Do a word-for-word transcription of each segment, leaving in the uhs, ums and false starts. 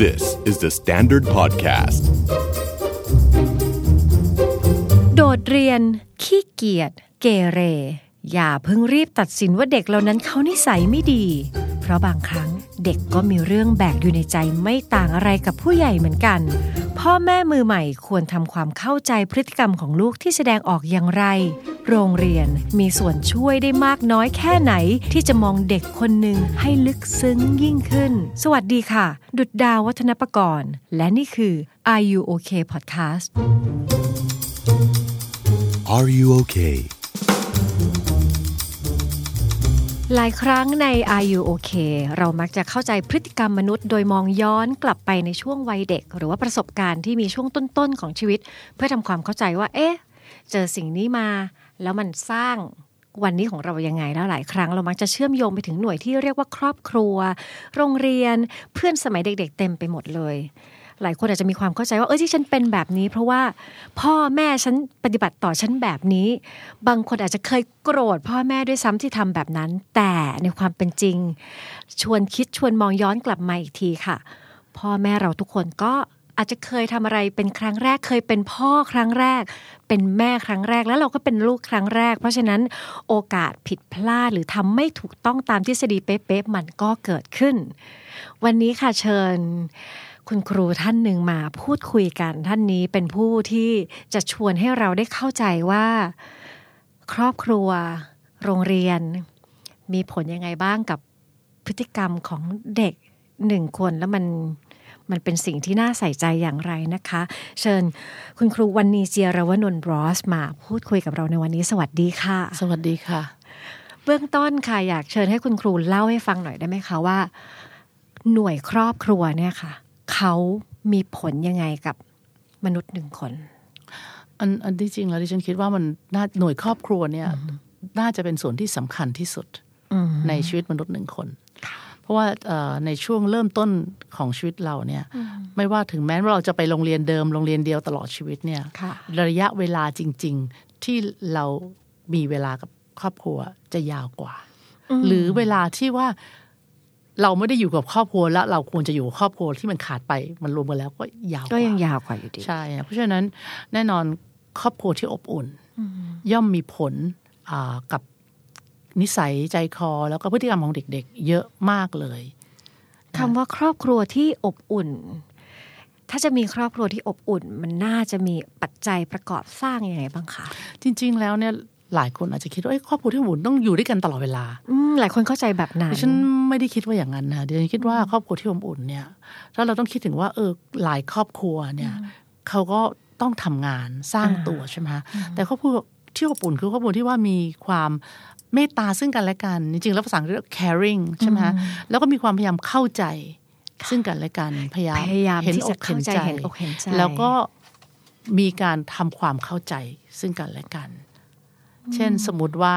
This is the Standard Podcast โดดเรียนขี้เกียจเกเรอย่าเพิ่งรีบตัดสินว่าเด็กเหล่านั้นเขานิสัยไม่ดีเพราะบางครั้งเด็กก็มีเรื่องแบกอยู่ในใจไม่ต่างอะไรกับผู้ใหญ่เหมือนกันพ่อแม่มือใหม่ควรทำความเข้าใจพฤติกรรมของลูกที่แสดงออกอย่างไรโรงเรียนมีส่วนช่วยได้มากน้อยแค่ไหนที่จะมองเด็กคนหนึ่งให้ลึกซึ้งยิ่งขึ้นสวัสดีค่ะดุจดาววัฒนประกรณ์และนี่คือ Are You Okay Podcast Are You Okay หลายครั้งใน Are You Okay เรามักจะเข้าใจพฤติกรรมมนุษย์โดยมองย้อนกลับไปในช่วงวัยเด็กหรือว่าประสบการณ์ที่มีช่วงต้นๆของชีวิตเพื่อทำความเข้าใจว่าเอ๊ะเจอสิ่งนี้มาแล้วมันสร้างวันนี้ของเรายังไงแล้วหลายครั้งเรามักจะเชื่อมโยงไปถึงหน่วยที่เรียกว่าครอบครัวโรงเรียนเพื่อนสมัยเด็กๆเต็มไปหมดเลยหลายคนอาจจะมีความเข้าใจว่าเออที่ฉันเป็นแบบนี้เพราะว่าพ่อแม่ฉันปฏิบัติต่อฉันแบบนี้บางคนอาจจะเคยโกรธพ่อแม่ด้วยซ้ำที่ทำแบบนั้นแต่ในความเป็นจริงชวนคิดชวนมองย้อนกลับมาอีกทีค่ะพ่อแม่เราทุกคนก็อาจจะเคยทำอะไรเป็นครั้งแรกเคยเป็นพ่อครั้งแรกเป็นแม่ครั้งแรกแล้วเราก็เป็นลูกครั้งแรกเพราะฉะนั้นโอกาสผิดพลาดหรือทำไม่ถูกต้องตามทฤษฎีเป๊ะๆมันก็เกิดขึ้นวันนี้ค่ะเชิญคุณครูท่านหนึ่งมาพูดคุยกันท่านนี้เป็นผู้ที่จะชวนให้เราได้เข้าใจว่าครอบครัวโรงเรียนมีผลยังไงบ้างกับพฤติกรรมของเด็กหนึ่งคนแล้วมันมันเป็นสิ่งที่น่าใส่ใจอย่างไรนะคะเชิญคุณครูวรรณีเจียรวนนท์บรอสมาพูดคุยกับเราในวันนี้สวัสดีค่ะสวัสดีค่ะเบื้องต้นค่ะอยากเชิญให้คุณครูเล่าให้ฟังหน่อยได้ไหมคะว่าหน่วยครอบครัวเนี่ยค่ะเขามีผลยังไงกับมนุษย์หนึ่งคนอันอันที่จริงแล้วดิฉันคิดว่ามันหน่วยครอบครัวเนี่ยน่าจะเป็นส่วนที่สำคัญที่สุดในชีวิตมนุษย์หนึ่งคนเพราะว่าในช่วงเริ่มต้นของชีวิตเราเนี่ยไม่ว่าถึงแม้ว่าเราจะไปโรงเรียนเดิมโรงเรียนเดียวตลอดชีวิตเนี่ยระยะเวลาจริงๆที่เรามีเวลากับครอบครัวจะยาวกว่าหรือเวลาที่ว่าเราไม่ได้อยู่กับครอบครัวแล้วเราควรจะอยู่กับครอบครัวที่มันขาดไปมันรวมกันแล้วก็ยาวกว่าก็ยังยาวกว่าอยู่ดีใช่เพราะฉะนั้นแน่นอนครอบครัวที่อบอุ่นย่อมมีผลกับนิสัยใจคอแล้วก็พฤติกรรมของเด็กๆเยอะมากเลยคำว่าครอบครัวที่อบอุ่นถ้าจะมีครอบครัวที่อบอุ่นมันน่าจะมีปัจจัยประกอบสร้างยังไงบ้างคะจริงๆแล้วเนี่ยหลายคนอาจจะคิดว่าครอบครัวที่อบอุ่นต้องอยู่ด้วยกันตลอดเวลาหลายคนเข้าใจแบบนั้นฉันไม่ได้คิดว่าอย่างนั้นนะดิฉันคิดว่าครอบครัวที่อบอุ่นเนี่ยถ้าเราต้องคิดถึงว่าเออหลายครอบครัวเนี่ยเขาก็ต้องทำงานสร้างตัวใช่ไหมแต่ครอบครัวที่อบอุ่นคือครอบครัวที่ว่ามีความเมตตาซึ่งกันและกันจริงๆแล้วภาษาอังกฤษเรียก caring ใช่ไหมแล้วก็มีความพยายามเข้าใจซึ่งกันและกันพยายามเห็นอกเห็นใจแล้วก็มีการทำความเข้าใจซึ่งกันและกันเช่นสมมติว่า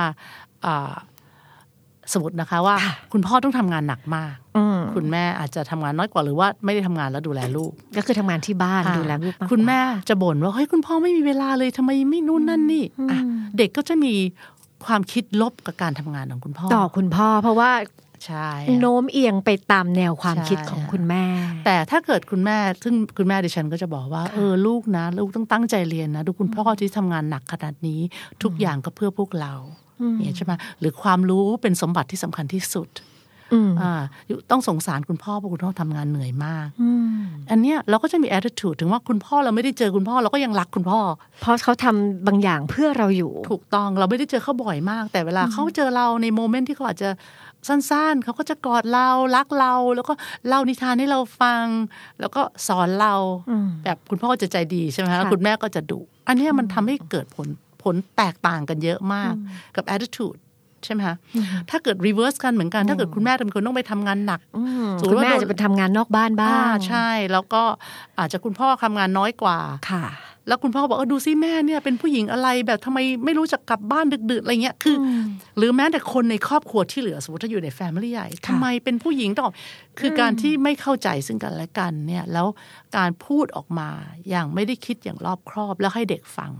สมมตินะคะว่าคุณพ่อต้องทำงานหนักมากคุณแม่อาจจะทำงานน้อยกว่าหรือว่าไม่ได้ทำงานแล้วดูแลลูกก็คือทำงานที่บ้านดูแลลูกคุณแม่จะบ่นว่าเฮ้ยคุณพ่อไม่มีเวลาเลยทำไมไม่นู่นนั่นนี่เด็กก็จะมีความคิดลบกับการทำงานของคุณพ่อต่อคุณพ่อเพราะว่าใช่โน้มเอียงไปตามแนวความคิดของคุณแม่แต่ถ้าเกิดคุณแม่ซึ่งคุณแม่ดิฉันก็จะบอกว่าเออลูกนะลูกต้องตั้งใจเรียนนะดูคุณพ่อที่ทำงานหนักขนาดนี้ทุกอย่างก็เพื่อพวกเราเนี่ยใช่ไหมหรือความรู้เป็นสมบัติที่สำคัญที่สุดอ่าต้องสงสารคุณพ่อเพราะคุณพ่อทำงานเหนื่อยมากอันเนี้ยเราก็จะมี attitude ถึงว่าคุณพ่อเราไม่ได้เจอคุณพ่อเราก็ยังรักคุณพ่อเพราะเขาทำบางอย่างเพื่อเราอยู่ถูกต้องเราไม่ได้เจอเขาบ่อยมากแต่เวลาเขาเจอเราในโมเมนต์ที่เขาอาจจะสั้นๆเขาก็จะกอดเรารักเราแล้วก็เล่านิทานให้เราฟังแล้วก็สอนเราแบบคุณพ่อจะใจดีใช่ไหมคะคุณแม่ก็จะดุอันนี้มันทำให้เกิดผลผลแตกต่างกันเยอะมากกับ attitude ใช่ไหมคะถ้าเกิด reverse กันเหมือนกันถ้าเกิดคุณแม่เป็นคนต้องไปทำงานหนักคุณแม่จะไปทำงานนอกบ้านบ้างใช่แล้วก็อาจจะคุณพ่อทำงานน้อยกว่าค่ะแล้วคุณพ่อบอกเออดูซิแม่เนี่ยเป็นผู้หญิงอะไรแบบทำไมไม่รู้จักกลับบ้านดึกๆอะไรเงี้ยคือหรือแม้แต่คนในครอบครัวที่เหลือสมมติถ้าอยู่ใน family ใหญ่ทำไมเป็นผู้หญิงต้องคือการที่ไม่เข้าใจซึ่งกันและกันเนี่ยแล้วการพูดออกมาอย่างไม่ได้คิดอย่างรอบครอบแล้วให้เด็กฟัง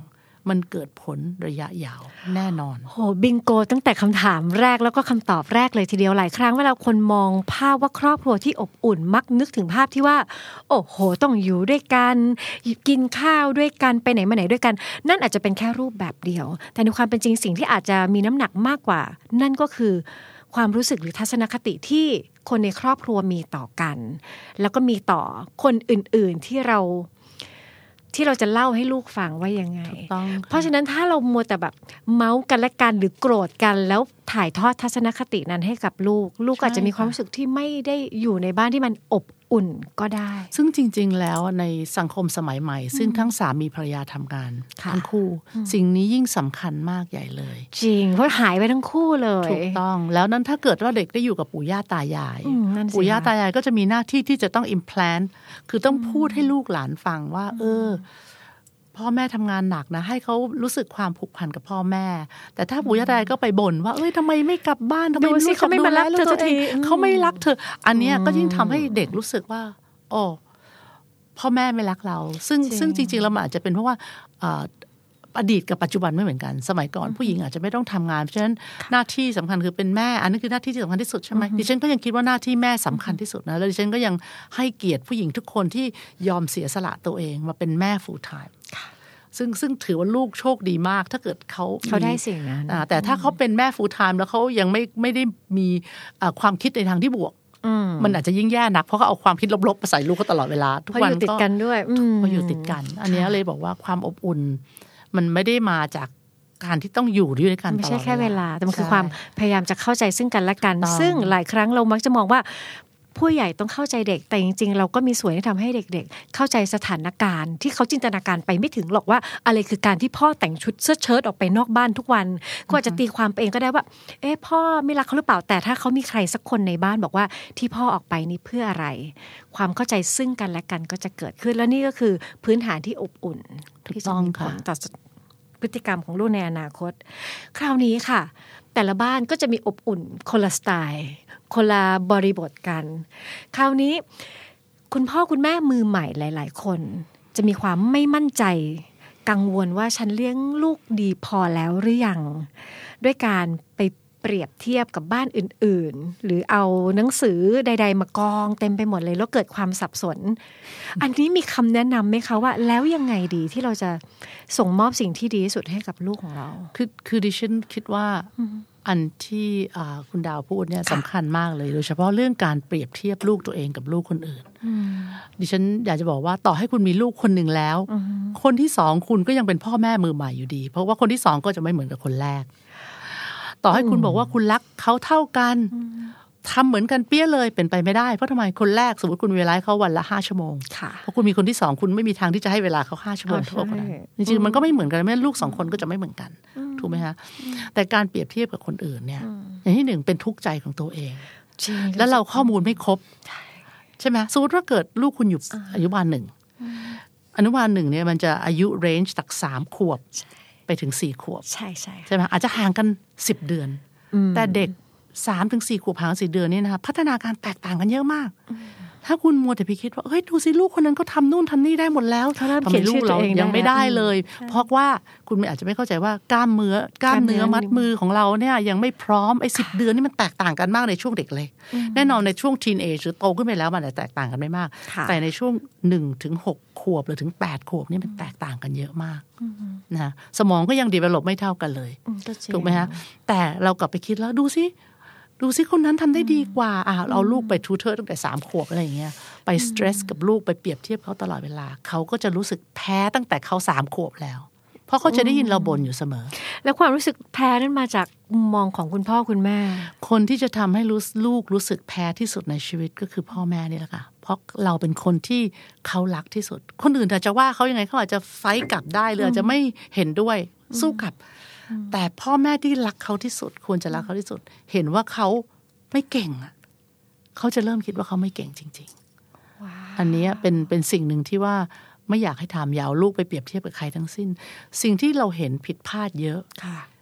มันเกิดผลระยะยาวแน่นอนโหบิงโกตั้งแต่คำถามแรกแล้วก็คำตอบแรกเลยทีเดียวหลายครั้งเวลาคนมองภาพว่าครอบครัวที่อบอุ่นมักนึกถึงภาพที่ว่าโอ้โหต้องอยู่ด้วยกันกินข้าวด้วยกันไปไหนมาไหนด้วยกันนั่นอาจจะเป็นแค่รูปแบบเดียวแต่ในความเป็นจริงสิ่งที่อาจจะมีน้ำหนักมากกว่านั่นก็คือความรู้สึกหรือทัศนคติที่คนในครอบครัวมีต่อกันแล้วก็มีต่อคนอื่นๆที่เราที่เราจะเล่าให้ลูกฟังว่ายังไงเพราะฉะนั้นถ้าเรามัวแต่แบบเมาส์กันและกันหรือโกรธกันแล้วถ่ายทอดทัศนคตินั้นให้กับลูกลูกอาจจะมีความรู้สึกที่ไม่ได้อยู่ในบ้านที่มันอบอุ่นก็ได้ซึ่งจริงๆแล้วในสังคมสมัยใหม่ซึ่งทั้งสามีภรรยาทำงานทั้งคู่สิ่งนี้ยิ่งสำคัญมากใหญ่เลยจริงเพราะหายไปทั้งคู่เลยถูกต้องแล้วนั้นถ้าเกิดว่าเด็กได้อยู่กับปู่ย่าตายายปู่ย่าตายายก็จะมีหน้าที่ที่จะต้อง implant คือต้องพูดให้ลูกหลานฟังว่าเออพ่อแม่ทำงานหนักนะให้เขารู้สึกความผูกพันกับพ่อแม่แต่ถ้าปู่ย่าตายายก็ไปบ่นว่าเอ้ยทำไมไม่กลับบ้านทำไมลูกเขาไม่มารักเธอสักทีเขาไม่รักเธออันนี้ก็ยิ่งทำให้เด็กรู้สึกว่าโอ้พ่อแม่ไม่รักเราซึ่งซึ่งจริงๆแล้วมันอาจจะเป็นเพราะว่าอดีตกับปัจจุบันไม่เหมือนกันสมัยก่อนผู้หญิงอาจจะไม่ต้องทำงานเพราะฉะนั้นหน้าที่สำคัญคือเป็นแม่อันนี้คือหน้าที่ที่สำคัญที่สุดใช่ไหมดิฉันก็ยังคิดว่าหน้าที่แม่สำคัญที่สุดนะแล้วดิฉันก็ยังให้เกียรติผู้หญิงทุกคนที่ยอมเสียสละตัวเองมาเป็นแม่ full timeซึ่งซึ่งถือว่าลูกโชคดีมากถ้าเกิดเขาเขาได้สิ่งนั้นแต่ถ้าเขาเป็นแม่ full time แล้วเขายังไม่ไม่ได้มีความคิดในทางที่บวกมันอาจจะยิ่งแย่หนักเพราะเขาเอาความคิดลบๆมาใส่ลูกเขาตลอดเวลาทุกวันก็ติดกันด้วยก็อยู่ติดกันอันนี้เลยบอกว่าความอบอุ่นมันไม่ได้มาจากการที่ต้องอยู่ด้วยกันตลอดไม่ใช่แค่เวลาแต่มันคือความพยายามจะเข้าใจซึ่งกันและกันซึ่งหลายครั้งเรามักจะมองว่าผู้ใหญ่ต้องเข้าใจเด็กแต่จริงๆเราก็มีส่วนที่ทำให้เด็กๆเข้าใจสถานการณ์ที่เขาจินตนาการไปไม่ถึงหรอกว่าอะไรคือการที่พ่อแต่งชุดเสื้อเชิ้ตออกไปนอกบ้านทุกวันก็อาจจะตีความเองก็ได้ว่าเอ๊ะพ่อไม่รักเขาหรือเปล่าแต่ถ้าเขามีใครสักคนในบ้านบอกว่าที่พ่อออกไปนี่เพื่ออะไรความเข้าใจซึ่งกันและกันก็จะเกิดขึ้นแล้วนี่ก็คือพื้นฐานที่อบอุ่นที่จะมีผลต่อพฤติกรรมของลูกในอนาคตคราวนี้ค่ะแต่ละบ้านก็จะมีอบอุ่นคนละสไตล์คนละบริบทกันคราวนี้คุณพ่อคุณแม่มือใหม่หลายๆคนจะมีความไม่มั่นใจกังวลว่าฉันเลี้ยงลูกดีพอแล้วหรือยังด้วยการไปเปรียบเทียบกับบ้านอื่นๆหรือเอาหนังสือใดๆมากองเต็มไปหมดเลยแล้วเกิดความสับสนอันนี้มีคำแนะนำไหมคะว่าแล้วยังไงดีที่เราจะส่งมอบสิ่งที่ดีที่สุดให้กับลูกของเราคือคือดิฉันคิดว่าอันที่คุณดาวพูดเนี่ยสำคัญมากเลยโดยเฉพาะเรื่องการเปรียบเทียบลูกตัวเองกับลูกคนอื่นดิฉันอยากจะบอกว่าต่อให้คุณมีลูกคนหนึ่งแล้วคนที่สองคุณก็ยังเป็นพ่อแม่มือใหม่อยู่ดีเพราะว่าคนที่สองก็จะไม่เหมือนกับคนแรกต่อให้คุณบอกว่าคุณรักเขาเท่ากันทำเหมือนกันเปี้ยเลยเป็นไปไม่ได้เพราะทำไมคนแรกสมมติคุณเวลาเขาวันละห้าชั่วโมงเพราะคุณมีคนที่สองคุณไม่มีทางที่จะให้เวลาเขาห้าชั่วโมงเท่ากันจริงๆมันก็ไม่เหมือนกันแม่ลูกสองคนก็จะไม่เหมือนกันถูกไหมคะแต่การเปรียบเทียบกับคนอื่นเนี่ยอย่างที่หนึ่งเป็นทุกข์ใจของตัวเองแล้วเราข้อมูลไม่ครบใช่ไหมสมมติว่าเกิดลูกคุณอยู่อนุบาลหนึ่งอนุบาลหนึ่งเนี่ยมันจะอายุเรนจ์จากสามขวบไปถึงสี่ขวบใช่ใช่ใช่ไหมอาจจะห่างกันสิบเดือนแต่เด็กสามถึงสี่ขวบห่างสี่เดือนนี่นะคะพัฒนาการแตกต่างกันเยอะมากถ้าคุณมัวแต่ไปคิดว่าเฮ้ยดูสิลูกคนนั้นก็ทำนู่นทำนี่ได้หมดแล้วทำไมลูกเรายังไม่ได้เลยเพราะว่าคุณอาจจะไม่เข้าใจว่ากล้ามเนื้อกล้ามเนื้อมัดมือของเราเนี่ยยังไม่พร้อมไอ้สิบเดือนนี่มันแตกต่างกันมากในช่วงเด็กเลยแน่นอนในช่วงทีนเอจหรือโตขึ้นไปแล้วมันอาจจะแตกต่างกันไม่มากแต่ในช่วงหนึ่งถึงหกขวบหรือถึงแปดขวบนี่มันแตกต่างกันเยอะมากนะสมองก็ยัง develop ไม่เท่ากันเลยถูกไหมฮะแต่เรากลับไปคิดแล้วดูสิดูสิคนนั้นทำได้ดีกว่าอ่ะเอาลูกไปทูเทอร์ตั้งแต่สามขวบอะไรอย่างเงี้ยไปสเตรสกับลูกไปเปรียบเทียบเขาตลอดเวลาเขาก็จะรู้สึกแพ้ตั้งแต่เขาสามขวบแล้วเพราะเขาจะได้ยินเราบ่นอยู่เสมอแล้วความรู้สึกแพ้นั้นมาจากมุมมองของคุณพ่อคุณแม่คนที่จะทำให้รู้ลูกรู้สึกแพ้ที่สุดในชีวิตก็คือพ่อแม่นี่แหละค่ะเพราะเราเป็นคนที่เขารักที่สุดคนอื่นอาจจะว่าเขายังไงเขาอาจจะไฟท์กลับได้หรืออาจจะไม่เห็นด้วยสู้กลับแต่พ่อแม่ที่รักเขาที่สุดควรจะรักเขาที่สุดเห็นว่าเขาไม่เก่งอ่ะเขาจะเริ่มคิดว่าเขาไม่เก่งจริงๆ wow. อันนี้เป็นเป็นสิ่งหนึ่งที่ว่าไม่อยากให้ทำยาวลูกไปเปรียบเทียบกับใครทั้งสิ้นสิ่งที่เราเห็นผิดพลาดเยอะ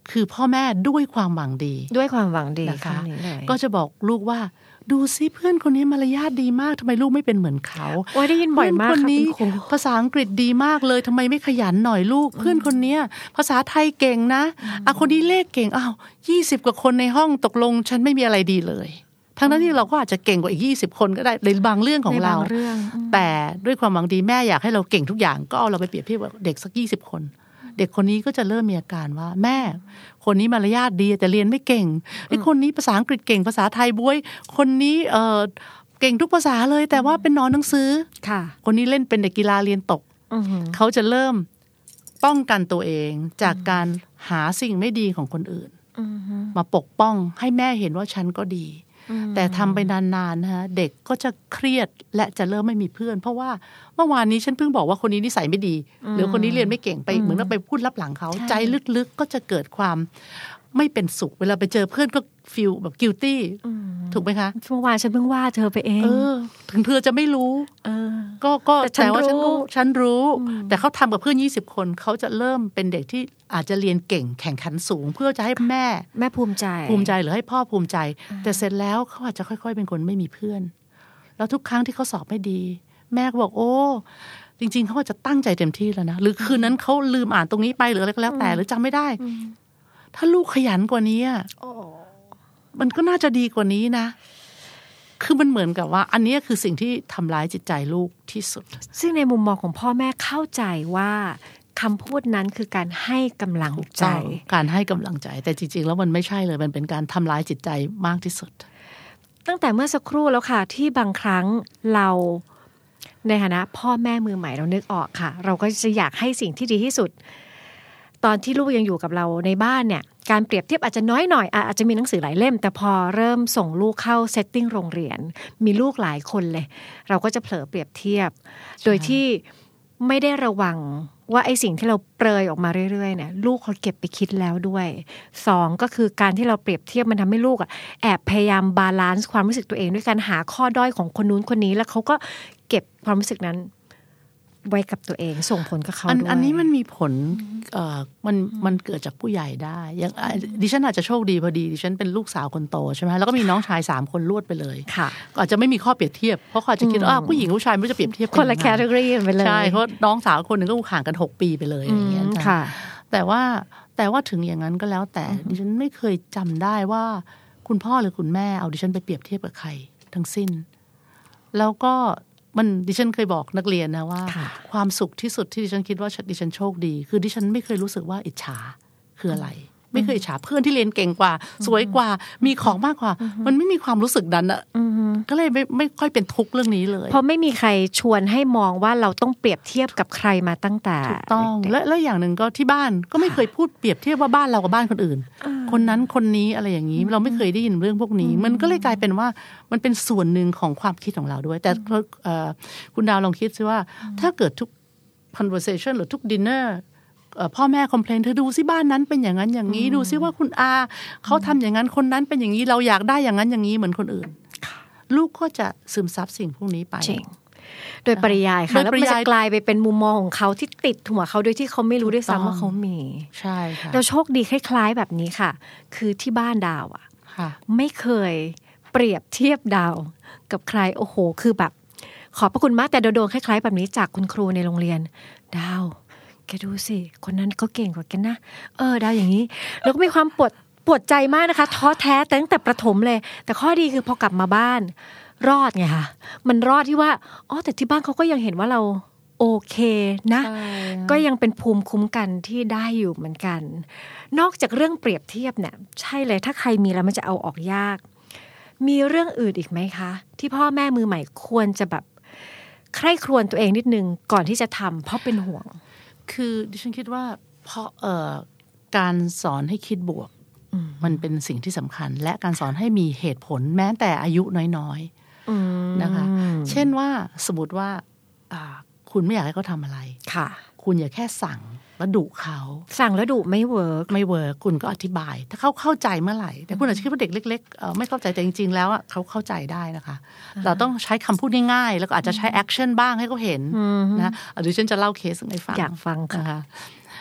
คือพ่อแม่ด้วยความหวังดีด้วยความหวังดีนะคะก็จะบอกลูกว่าดูซิเพื่อนคนนี้มารยาทดีมากทำไมลูกไม่เป็นเหมือนเขาโอ้ยได้ยินบ่อยมากคนนี้ภาษาอังกฤษดีมากเลยทำไมไม่ขยันหน่อยลูกเพื่อนคนนี้ภาษาไทยเก่งนะอ่ะคนนี้เลขเก่งอ้าวยี่สิบกว่าคนในห้องตกลงฉันไม่มีอะไรดีเลยทั้งนั้นที่เราก็อาจจะเก่งกว่าอีกยี่สิบคนก็ได้ในบางเรื่องของเราแต่ด้วยความหวังดีแม่อยากให้เราเก่งทุกอย่างก็เอาเราไปเปรียบเทียบกับเด็กสักยี่สิบคนเด็กคนนี้ก็จะเริ่มมีอาการว่าแม่คนนี้มารยาทดีแต่เรียนไม่เก่งไอ้คนนี้ภาษาอังกฤษเก่งภาษาไทยบ้วยคนนี้เออเก่งทุกภาษาเลยแต่ว่าเป็นนอนหนังสือค่ะคนนี้เล่นเป็นเด็กกีฬาเรียนตกเขาจะเริ่มป้องกันตัวเองจากการหาสิ่งไม่ดีของคนอื่นมาปกป้องให้แม่เห็นว่าฉันก็ดีแต่ทำไปนานๆนะฮะเด็กก็จะเครียดและจะเริ่มไม่มีเพื่อนเพราะว่าเมื่อวานนี้ฉันเพิ่งบอกว่าคนนี้นิสัยไม่ดีหรือคนนี้เรียนไม่เก่งไปเหมือนเราไปพูดลับหลังเขาใจลึกๆก็จะเกิดความไม่เป็นสุขเวลาไปเจอเพื่อนก็ฟีลแบบ guilty ถูกไหมคะเมื่อวานฉันเพิ่งว่าเธอไปเองเออถึงเธอจะไม่รู้เออก็ก็แต่ว่าฉันรู้ฉันรู้แต่เขาทำกับเพื่อนยี่สิบคนเขาจะเริ่มเป็นเด็กที่อาจจะเรียนเก่งแข่งขันสูงเพื่อจะให้แม่แม่ภูมิใจภูมิใจหรือให้พ่อภูมิใจแต่เสร็จแล้วเขาอาจจะค่อยๆเป็นคนไม่มีเพื่อนแล้วทุกครั้งที่เขาสอบไม่ดีแม่ก็บอกโอ้จริงๆเขาอาจจะตั้งใจเต็มที่แล้วนะหรือคืนนั้นเขาลืมอ่านตรงนี้ไปหรืออะไรก็แล้วแต่หรือจำไม่ได้ถ้าลูกขยันกว่านี้มันก็น่าจะดีกว่านี้นะคือมันเหมือนกับว่าอันนี้คือสิ่งที่ทำร้ายจิตใจลูกที่สุดซึ่งในมุมมองของพ่อแม่เข้าใจว่าคำพูดนั้นคือการให้กำลังใจการให้กำลังใจแต่จริงๆแล้วมันไม่ใช่เลยมันเป็นการทำร้ายจิตใจมากที่สุดตั้งแต่เมื่อสักครู่แล้วค่ะที่บางครั้งเราในฐานะพ่อแม่มือใหม่เรานึกออกค่ะเราก็จะอยากให้สิ่งที่ดีที่สุดตอนที่ลูกยังอยู่กับเราในบ้านเนี่ยการเปรียบเทียบอาจจะน้อยหน่อยอาจจะมีหนังสือหลายเล่มแต่พอเริ่มส่งลูกเข้าเซตติ้งโรงเรียนมีลูกหลายคนเลยเราก็จะเผลอเปรียบเทียบโดยที่ไม่ได้ระวังว่าไอ้สิ่งที่เราเปรยออกมาเรื่อยๆเนี่ยลูกเขาเก็บไปคิดแล้วด้วยสองก็คือการที่เราเปรียบเทียบมันทำให้ลูกอ่ะแอบพยายามบาลานซ์ความรู้สึกตัวเองด้วยการหาข้อด้อยของคนนู้นคนนี้แล้วเขาก็เก็บความรู้สึกนั้นไว้กับตัวเองส่งผลกับเขาด้วยอันนี้มันมีผลเอ่อมันมันเกิดจากผู้ใหญ่ได้อย่างดิฉันอาจจะโชคดีพอดีดิฉันเป็นลูกสาวคนโตใช่ไหมแล้วก็มีน้องชายสามคนรวดไปเลยค่ะก็อาจจะไม่มีข้อเปรียบเทียบเพราะเขาอาจจะคิดว่าผู้หญิงผู้ชายไม่รู้จะเปรียบเทียบคนละแคตตาล็อกไปเลยใช่เพราะน้องสาวคนหนึ่งก็ห่างกันหกปีไปเลยอย่างเงี้ยค่ะแต่ว่าแต่ว่าถึงอย่างนั้นก็แล้วแต่ดิฉันไม่เคยจำได้ว่าคุณพ่อหรือคุณแม่เอาดิฉันไปเปรียบเทียบกับใครทั้งสิ้นแล้วก็มันดิฉันเคยบอกนักเรียนนะว่าความสุขที่สุดที่ดิฉันคิดว่าดิฉันโชคดีคือดิฉันไม่เคยรู้สึกว่าอิจฉาคืออะไรไม่เคยอิจฉาเพื่อนที่เรียนเก่งกว่าสวยกว่ามีของมากกว่ามันไม่มีความรู้สึกนั้นอ่ะก็เลยไม่ไม่ค่อยเป็นทุกข์เรื่องนี้เลยเพราะไม่มีใครชวนให้มองว่าเราต้องเปรียบเทียบกับใครมาตั้งแต่ถูกต้องและและอย่างหนึ่งก็ที่บ้านก็ไม่เคยพูดเปรียบเทียบว่าบ้านเรากับบ้านคนอื่นคนนั้นคนนี้อะไรอย่างนี้เราไม่เคยได้ยินเรื่องพวกนี้มันก็เลยกลายเป็นว่ามันเป็นส่วนหนึ่งของความคิดของเราด้วยแต่คุณดาวลองคิดซิว่าถ้าเกิดทุก conversation หรือทุก dinnerพ่อแม่คอมเพลนเธอดูซิบ้านนั้นเป็นอย่างนั้นอย่างนี้ดูซิว่าคุณอาเขาทำอย่างนั้นคนนั้นเป็นอย่างนี้เราอยากได้อย่างนั้นอย่างนี้เหมือนคนอื่นลูกก็จะซึมซับสิ่งพวกนี้ไปโดยปริยายค่ะแล้วมันจะกลายไปเป็นมุมมองของเขาที่ติดหัวเขาโดยที่เขาไม่รู้ด้วยซ้ำว่าเขามีใช่ค่ะเราโชคดีคล้ายๆแบบนี้ค่ะคือที่บ้านดาวอ่ะไม่เคยเปรียบเทียบดาวกับใครโอ้โหคือแบบขอบพระคุณมากแต่โดนๆคล้ายๆแบบนี้จากคุณครูในโรงเรียนดาวแกดูสิคนนั้นก็เก่งกว่าแกนะเออดาวอย่างนี้แล้วก็มีความปวดปวดใจมากนะคะท้อแท้ตั้งแต่ประถมเลยแต่ข้อดีคือพอกลับมาบ้านรอดไงคะมันรอดที่ว่าอ๋อแต่ที่บ้านเขาก็ยังเห็นว่าเราโอเคนะก็ยังเป็นภูมิคุ้มกันที่ได้อยู่เหมือนกันนอกจากเรื่องเปรียบเทียบเนี่ยใช่เลยถ้าใครมีแล้วมันจะเอาออกยากมีเรื่องอื่นอีกไหมคะที่พ่อแม่มือใหม่ควรจะแบบใคร่ครวญตัวเองนิดนึงก่อนที่จะทำเพราะเป็นห่วงคือดิฉันคิดว่าเพราะเอ่อการสอนให้คิดบวกมันเป็นสิ่งที่สำคัญและการสอนให้มีเหตุผลแม้แต่อายุน้อยๆนะคะเช่นว่าสมมติว่าคุณไม่อยากให้เขาทำอะไรค่ะคุณอย่าแค่สั่งแล้วดุเขาสั่งแล้วดุไม่เวิร์กไม่เวิร์กคุณก็อธิบายถ้าเขาเข้าใจเมื่อไหร่แต่คุณอาจจะคิดว่าเด็กเล็กๆไม่เข้าใจแต่จริงๆแล้วเขาเข้าใจได้นะคะเราต้องใช้คำพูดง่ายๆแล้วก็อาจจะใช้แอคชั่นบ้างให้เขาเห็นนะเดี๋ยวฉันจะเล่าเคสให้ฟังอยากฟังค่ะก็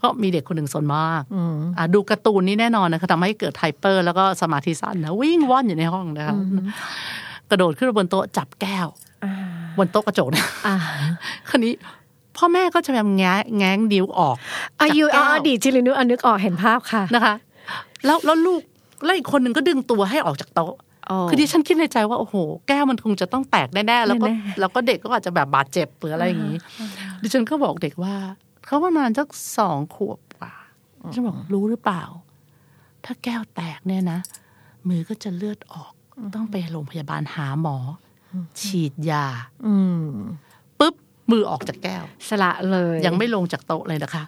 ราะมีเด็กคนหนึ่งสนมากอ่ะดูการ์ตูนนี้แน่นอนนะคะทำให้เกิดไฮเปอร์แล้วก็สมาธิสั้นนะวิ่งว่อนอยู่ในห้องนะคะกระโดดขึ้นบนโต๊ะจับแก้วบนโต๊ะกระจกนะคราวนี้พ่อแม่ก็จะพยายามแง้แง้งนิ้วออกอายุอดีตจิรินุอันนึกออกเห็นภาพค่ะนะคะแล้วแล้วลูกแล้วอีกคนหนึ่งก็ดึงตัวให้ออกจากโต๊ะคือดิฉันคิดในใจว่าโอ้โหแก้วมันคงจะต้องแตกแน่ๆแล้วก็แล้วก็เด็กก็อาจจะแบบบาดเจ็บหรืออะไรอย่างนี้ดิฉันก็บอกเด็กว่าเขาประมาณสักสองขวบกว่าฉันบอกรู้หรือเปล่าถ้าแก้วแตกเนี่ยนะมือก็จะเลือดออกต้องไปโรงพยาบาลหาหมอฉีดยาปุ๊บมือออกจากแก้วสละเลยยังไม่ลงจากโต๊ะเลยนะคะ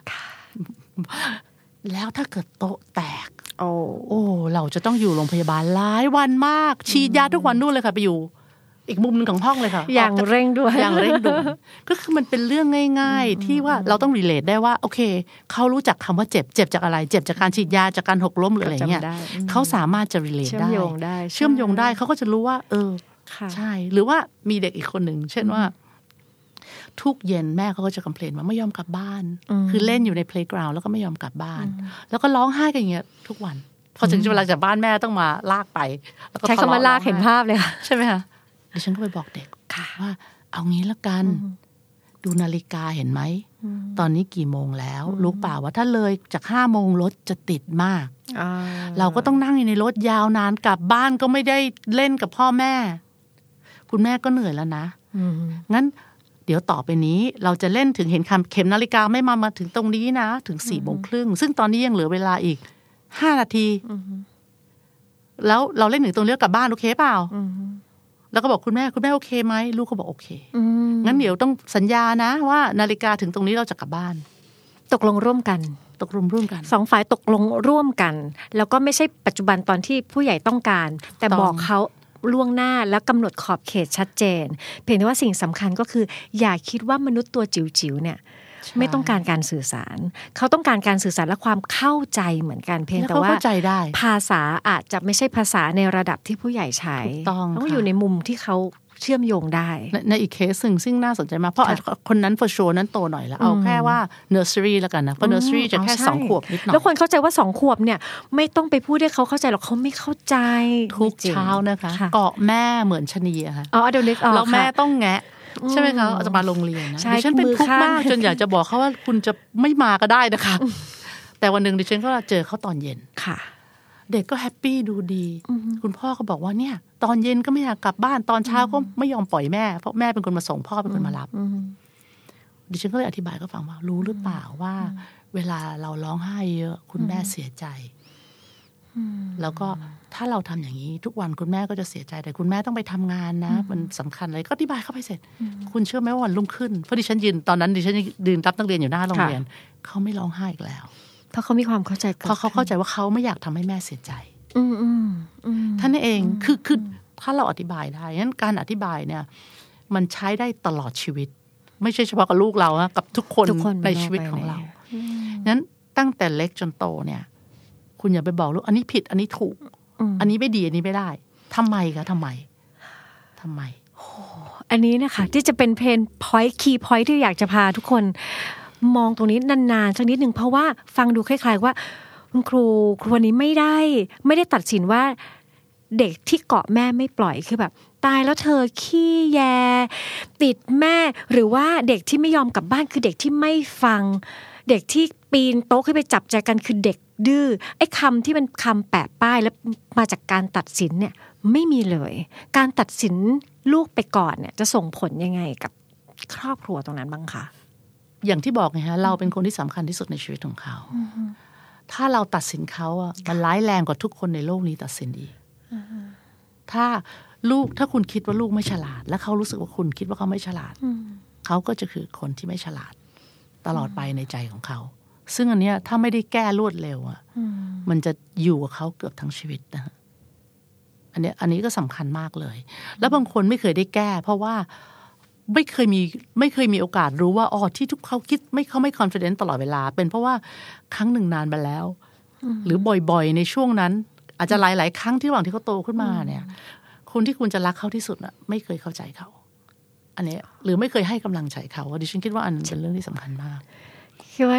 แล้วถ้าเกิดโต๊ะแตกโอ้โอ้เราจะต้องอยู่โรงพยาบาลหลายวันมากฉีดยาทุกวันนู่นเลยค่ะไปอยู่อีกมุมนึงของห้องเลยค่ะอย่างเร่งด่วนอย่างเร่งด่วนก็คือมันเป็นเรื่องง่ายๆที่ว่าเราต้องรีเลทได้ว่าโอเคเขารู้จักคำว่าเจ็บเจ็บจากอะไรเจ็บจากการฉีดยาจากการหกล้มหรืออะไรเงี้ยเขาสามารถจะรีเลทได้เชื่อมโยงได้เชื่อมโยงได้เขาก็จะรู้ว่าเออใช่หรือว่ามีเด็กอีกคนหนึ่งเช่นว่าทุกเย็นแม่เขาก็จะคอมเพลนว่าไม่ยอมกลับบ้านคือเล่นอยู่ในเพลย์กราวด์แล้วก็ไม่ยอมกลับบ้านแล้วก็ร้องไห้กันอย่างเงี้ยทุกวันพอถึงเวลาจากบ้านแม่ต้องมาลากไปใช้คำว่าลากเห็นภาพเลยค่ะใช่ไหมคะดิฉันก็ไปบอกเด็กว่าเอางี้ละกันดูนาฬิกาเห็นไหมตอนนี้กี่โมงแล้วรู้เปล่าว่าถ้าเลยจากห้าโมงรถจะติดมากเราก็ต้องนั่งอยู่ในรถยาวนานกลับบ้านก็ไม่ได้เล่นกับพ่อแม่คุณแม่ก็เหนื่อยแล้วนะงั้นเดี๋ยวต่อไปนี้เราจะเล่นถึงเห็นเข็มนาฬิกาไม่มามาถึงตรงนี้นะถึงสี่โมงครึ่งซึ่งตอนนี้ยังเหลือเวลาอีกห้านาทีแล้วเราเล่นถึงตรงเลี้ยวกลับบ้านโอเคเปล่าแล้วก็บอกคุณแม่คุณแม่โอเคไหมลูกก็บอกโอเคงั้นเดี๋ยวต้องสัญญานะว่านาฬิกาถึงตรงนี้เราจะกลับบ้านตกลงร่วมกันตกลงร่วมกันสองฝ่ายตกลงร่วมกันแล้วก็ไม่ใช่ปัจจุบันตอนที่ผู้ใหญ่ต้องการแต่บอกเขาล่วงหน้าแล้วกำหนดขอบเขตชัดเจนเพียงแต่ว่าสิ่งสำคัญก็คืออย่าคิดว่ามนุษย์ตัวจิ๋วๆเนี่ยไม่ต้องการการสื่อสารเขาต้องการการสื่อสารและความเข้าใจเหมือนกันเพียงแต่ว่าภาษาอาจจะไม่ใช่ภาษาในระดับที่ผู้ใหญ่ใช้ต้องอยู่ในมุมที่เขาเชื่อมโยงได้ในอีกเคสหนึ่งซึ่งน่าสนใจมากเพราะคนนั้น for sure นั้นโตหน่อยแล้วเอาแค่ว่า nursery แล้วกันนะเพราะ nursery จะแค่สองขวบนิดหน่อยแล้วคนเข้าใจว่าสองขวบเนี่ยไม่ต้องไปพูดให้เขาเข้าใจหรอกเขาไม่เข้าใจทุกเช้านะคะเกาะแม่เหมือนชนีอะค่ะอ๋อเดี๋ยวนึกออกแล้วแม่ต้องแงะใช่ไหมคะจะมาโรงเรียนนะดิฉันเป็นทุกข์มากจนอยากจะบอกเขาว่าคุณจะไม่มาก็ได้นะคะแต่วันหนึ่งดิฉันก็เจอเขาตอนเย็นค่ะเด็กก็แฮปปี้ดูดีคุณพ่อก็บอกว่าเนี่ยตอนเย็นก็ไม่อยากกลับบ้านตอนเช้าก็ไม่ยอมปล่อยแม่เพราะแม่เป็นคนมาส่งพ่อเป็นคนมารับดิฉันก็เลยอธิบายก็ฟังว่ารู้หรือเปล่าว่าเวลาเราร้องไห้เยอะคุณแม่เสียใจแล้วก็ถ้าเราทำอย่างนี้ทุกวันคุณแม่ก็จะเสียใจแต่คุณแม่ต้องไปทำงานนะมันสำคัญอะไรก็อธิบายเข้าไปเสร็จคุณเชื่อไหมว่าวันรุ่งขึ้นเพราะดิฉันยืนตอนนั้นดิฉันยืนรับนักเรียนอยู่หน้าโรงเรียนเขาไม่ร้องไห้อีกแล้วเพราะเขามีความเข้าใจเพราะเขาเข้าใจว่าเขาไม่อยากทำให้แม่เสียใจท่านเองคือคือถ้าเราอธิบายได้งั้นการอธิบายเนี่ยมันใช้ได้ตลอดชีวิตไม่ใช่เฉพาะกับลูกเรานะกับทุกคนในชีวิตของเรางั้นตั้งแต่เล็กจนโตเนี่ยคุณอย่าไปบอกลูกอันนี้ผิดอันนี้ถูกอันนี้ไม่ดีอันนี้ไม่ได้ทำไมคะทำไมทำไมอันนี้นะคะที่จะเป็นเพนพอยต์คีย์พอยต์ที่อยากจะพาทุกคนมองตรงนี้นานๆสักนิดหนึ่งเพราะว่าฟังดูคล้ายๆว่าคุณครูครูนี้ไม่ได้ไม่ได้ตัดสินว่าเด็กที่เกาะแม่ไม่ปล่อยคือแบบตายแล้วเธอขี้แยติดแม่หรือว่าเด็กที่ไม่ยอมกลับบ้านคือเด็กที่ไม่ฟังเด็กที่ปีนโต๊ะขึ้นไปจับใจกันคือเด็กดื้อไอ้คำที่เป็นคำแปะป้ายแล้วมาจากการตัดสินเนี่ยไม่มีเลยการตัดสินลูกไปก่อนเนี่ยจะส่งผลยังไงกับครอบครัวตรงนั้นบ้างคะอย่างที่บอกไงฮะเราเป็นคนที่สำคัญที่สุดในชีวิตของเขาถ้าเราตัดสินเขาอ่ะมันร้ายแรงกว่าทุกคนในโลกนี้ตัดสินอีกถ้าลูกถ้าคุณคิดว่าลูกไม่ฉลาดและเขารู้สึกว่าคุณคิดว่าเขาไม่ฉลาดเขาก็จะคือคนที่ไม่ฉลาดตลอดไปในใจของเขาซึ่งอันเนี้ยถ้าไม่ได้แก้รวดเร็วอ่ะมันจะอยู่กับเขาเกือบทั้งชีวิตนะอันนี้อันนี้ก็สำคัญมากเลยแล้วบางคนไม่เคยได้แก้เพราะว่าไม่เคยมีไม่เคยมีโอกาสรู้ว่าอ๋อที่ทุกเขาคิดไม่เขาไม่คอนฟิเดนซ์ตลอดเวลาเป็นเพราะว่าครั้งหนึ่งนานมาแล้วหรือบ่อยๆในช่วงนั้นอาจจะหลายๆครั้งที่ระหว่างที่เขาโตขึ้นมาเนี่ยคนที่คุณจะรักเขาที่สุดน่ะไม่เคยเข้าใจเขาอันนี้หรือไม่เคยให้กำลังใจเขาดิฉันคิดว่าอันเป็นเรื่องที่สำคัญมากคิดว่า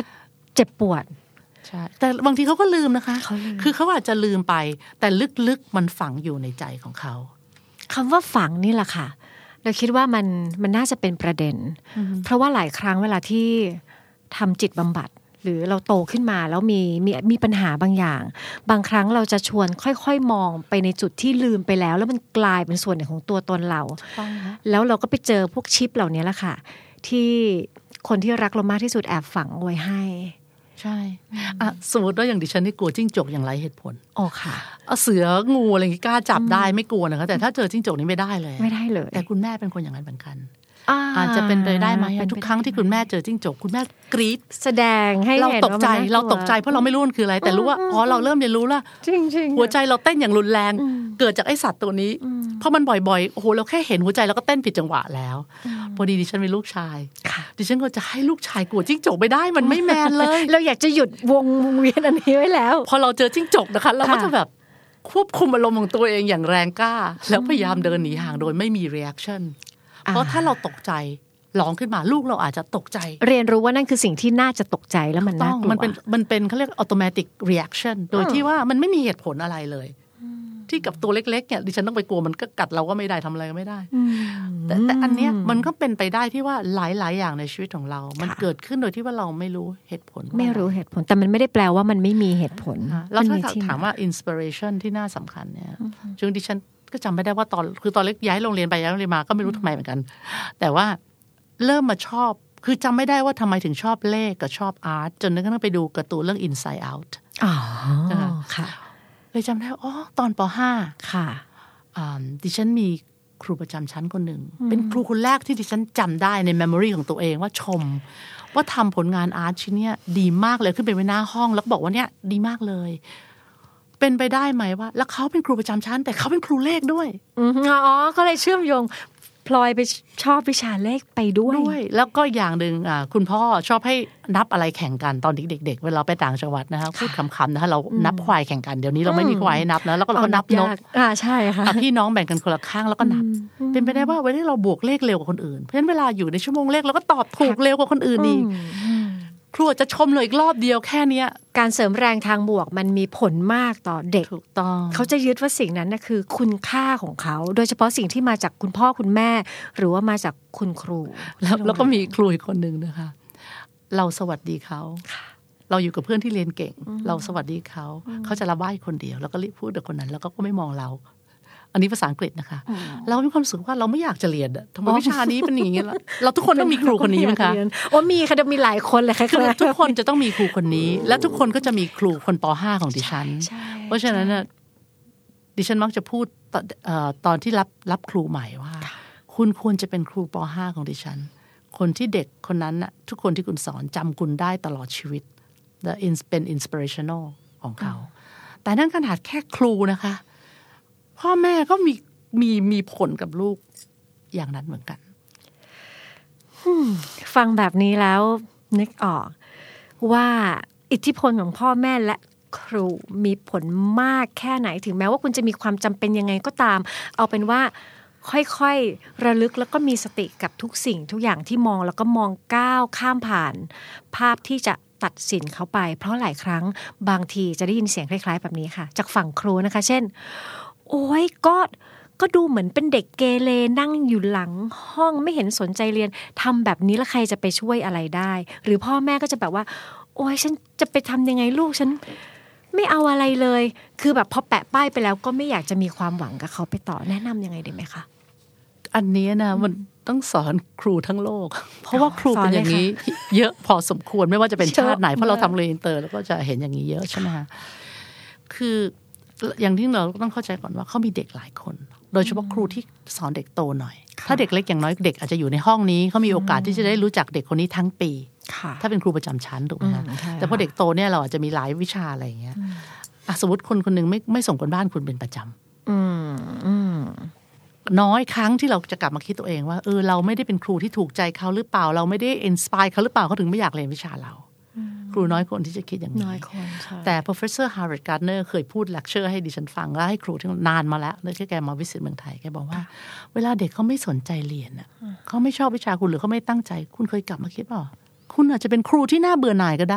เจ็บปวดใช่แต่บางทีเขาก็ลืมนะคะคือเขาอาจจะลืมไปแต่ลึกๆมันฝังอยู่ในใจของเขาคำว่าฝังนี่แหละค่ะเราคิดว่ามันมันน่าจะเป็นประเด็นเพราะว่าหลายครั้งเวลาที่ทำจิตบำบัดหรือเราโตขึ้นมาแล้วมีมีมีปัญหาบางอย่างบางครั้งเราจะชวนค่อยๆมองไปในจุดที่ลืมไปแล้วแล้วมันกลายเป็นส่วนหนึ่งของตัวตนเราแล้วเราก็ไปเจอพวกชิปเหล่านี้แหละค่ะที่คนที่รักเรามากที่สุดแอบฝังเอาไว้ให้ใช่อ่ะสมมติว่าอย่างดิฉันนี่กลัวจิ้งจกอย่างไรเหตุผลอ๋อค่ะเอาเสืองูอะไรอย่างงี้กล้าจับได้ไม่กลัวนะคะแต่ถ้าเจอจิ้งจกนี่ไม่ได้เลยไม่ได้เลยแต่คุณแม่เป็นคนอย่างนั้นเหมือนกันอาจจะเป็นไปได้ไหมทุกครั้งที่คุณแม่เจอจิ้งจกคุณแม่กรี๊ดแสดงให้เราตกใจเราตกใจเพราะเราไม่รู้มันคืออะไรแต่รู้ว่าอ๋อเราเริ่มเรียนรู้แล้วจริงๆหัวใจเราเต้นอย่างรุนแรงเกิดจากไอ้สัตว์ตัวนี้เพราะมันบ่อยๆโอ้โหเราแค่เห็นหัวใจเราก็เต้นผิดจังหวะแล้วพอดีดิฉันมีลูกชายดิฉันก็จะให้ลูกชายกลัวจิ้งจกไม่ได้มันไม่แมนเลยเราอยากจะหยุดวงเวียนอันนี้ไว้แล้วพอเราเจอจิ้งจกนะคะเราก็จะแบบควบคุมอารมณ์ของตัวเองอย่างแรงกล้าแล้วพยายามเดินหนีห่างโดยไม่มี reaction เพราะถ้าเราตกใจร้องขึ้นมาลูกเราอาจจะตกใจเรียนรู้ว่านั่นคือสิ่งที่น่าจะตกใจแล้วมันน่ากลัวมันเป็นมันเป็นเขาเรียก automatic reaction โดยที่ว่ามันไม่มีเหตุผลอะไรเลยที่กับตัวเล็กๆเนี่ยดิฉันต้องไปกลัวมันก็กัดเราก็ไม่ได้ทำอะไรก็ไม่ได้แต่แต่อันเนี้ยมันก็เป็นไปได้ที่ว่าหลายๆอย่างในชีวิตของเรามันเกิดขึ้นโดยที่ว่าเราไม่รู้เหตุผลไม่รู้เหตุผลแต่มันไม่ได้แปลว่ามันไม่มีเหตุผลแล้วถ้าถามว่า inspiration ที่น่าสำคัญเนี่ยจึงดิฉันก็จำไม่ได้ว่าตอนคือตอนเล็กย้ายโรงเรียนไปย้ายโรงเรียนมาก็ไม่รู้ทำไมเหมือนกันแต่ว่าเริ่มมาชอบคือจำไม่ได้ว่าทำไมถึงชอบเลขกับชอบอาร์ตจนกระทั่งไปดูการ์ตูนเรื่อง Inside Out อ๋อค่ะเลยจำได้อ๋อตอนป.ห้าค่ะดิฉันมีครูประจำชั้นคนหนึ่งเป็นครูคนแรกที่ดิฉันจำได้ในเมมโมรีของตัวเองว่าชมว่าทำผลงานอาร์ตชิ้นนี้ดีมากเลยขึ้นไปไว้หน้าห้องแล้วก็บอกว่าเนี่ยดีมากเลยเป็นไปได้ไหมว่าแล้วเขาเป็นครูประจำชั้นแต่เขาเป็นครูเลขด้วยอ๋อก็เลยเชื่อมโยงพลอยไปชอบวิชาเลขไปด้วยแล้วก็อย่างหนึ่งคุณพ่อชอบให้นับอะไรแข่งกันตอนเด็กๆเวลาไปต่างจังหวัดนะคะพูดคำๆนะคะเรานับควายแข่งกันเดี๋ยวนี้เราไม่มีควายให้นับนะแล้วก็เราก็นับนกอ่าใช่ค่ะพี่น้องแบ่งกันคนละข้างแล้วก็นับเป็นไปได้ว่าเวลาเราบวกเลขเร็วกว่าคนอื่นเพราะฉะนั้นเวลาอยู่ในชั่วโมงเลขเราก็ตอบถูกเร็วกว่าคนอื่นอีกครูจะชมเลยอีกรอบเดียวแค่นี้การเสริมแรงทางบวกมันมีผลมากต่อเด็กถูกต้องเขาจะยึดว่าสิ่งนั้นนะคือคุณค่าของเขาโดยเฉพาะสิ่งที่มาจากคุณพ่อคุณแม่หรือว่ามาจากคุณครูแล้วแล้วก็มีครูอีกคนนึงนะคะเราสวัสดีเขาเราอยู่กับเพื่อนที่เรียนเก่งเราสวัสดีเขาเขาจะระบายคนเดียวแล้วก็รีบพูดกับคนนั้นแล้วก็ไม่มองเราอันนี้ภาษาอังกฤษนะคะเรามีความรู้สึกว่าเราไม่อยากจะเรียนทำไมวิชานี้เป็นอย่างนี้ล่ะเราทุกคนต้องมีครูคนนี้มั้ยคะโอ้มีค่ะมีหลายคนเลยค่ะทุกคนจะต้องมีครูคนนี้และทุกคนก็จะมีครูคนป.ห้า ของดิฉันเพราะฉะนั้นน่ะดิฉันมักจะพูดตอนที่รับรับครูใหม่ว่าคุณควรจะเป็นครูป.ห้า ของดิฉันคนที่เด็กคนนั้นน่ะทุกคนที่คุณสอนจำคุณได้ตลอดชีวิตและเป็น inspirational ของเขาแต่นั่นขนาดแค่ครูนะคะพ่อแม่ก็มีมีมีผลกับลูกอย่างนั้นเหมือนกันฟังแบบนี้แล้วนึกออกว่าอิทธิพลของพ่อแม่และครูมีผลมากแค่ไหนถึงแม้ว่าคุณจะมีความจำเป็นยังไงก็ตามเอาเป็นว่าค่อยๆระลึกแล้วก็มีสติกับทุกสิ่งทุกอย่างที่มองแล้วก็มองก้าวข้ามผ่านภาพที่จะตัดสินเขาไปเพราะหลายครั้งบางทีจะได้ยินเสียงคล้ายๆแบบนี้ค่ะจากฝั่งครูนะคะเช่นโอ้ยก็ก็ดูเหมือนเป็นเด็กเกเรนั่งอยู่หลังห้องไม่เห็นสนใจเรียนทำแบบนี้แล้วใครจะไปช่วยอะไรได้หรือพ่อแม่ก็จะแบบว่าโอ้ยฉันจะไปทำยังไงลูกฉันไม่เอาอะไรเลยคือแบบพอแปะป้ายไปแล้วก็ไม่อยากจะมีความหวังกับเขาไปต่อแนะนำยังไงดีไหมคะอันนี้นะมันต้องสอนครูทั้งโลกเพราะว่าครูเป็นอย่างนี้เยอะพอสมควรไม่ว่าจะเป็นชาติไหนเพราะเราทำเรียนอินเตอร์แล้วก็จะเห็นอย่างนี้เยอะใช่ไหมคะคืออย่างที่เราต้องเข้าใจก่อนว่าเขามีเด็กหลายคนโดยเฉพาะครูที่สอนเด็กโตหน่อยถ้าเด็กเล็กอย่างน้อยเด็กอาจจะอยู่ในห้องนี้เขามีโอกาสที่จะได้รู้จักเด็กคนนี้ทั้งปีถ้าเป็นครูประจำชั้นถูกไหมคะแต่พอเด็กโตเนี่ยเราอาจจะมีหลายวิชาอะไรอย่างเงี้ยสมมติคนคนนึงไม่ไม่ส่งกันบ้านคุณเป็นประจำน้อยครั้งที่เราจะกลับมาคิดตัวเองว่าเออเราไม่ได้เป็นครูที่ถูกใจเขาหรือเปล่าเราไม่ได้อินสไปร์เขาหรือเปล่าเขาถึงไม่อยากเรียนวิชาเราครูน้อยคนที่จะคิดอย่างนี้แต่ professor Howard Gardner เคยพูดเลคเชอร์ให้ดิฉันฟังแล้วให้ครูที่นานมาแล้วเลยที่แกมาวิสิตเมืองไทยแกบอกว่าเวลาเด็กเขาไม่สนใจเรียนน่ะเขาไม่ชอบวิชาคุณหรือเขาไม่ตั้งใจคุณเคยกลับมาคิดว่าคุณอาจจะเป็นครูที่น่าเบื่อหน่ายก็ได้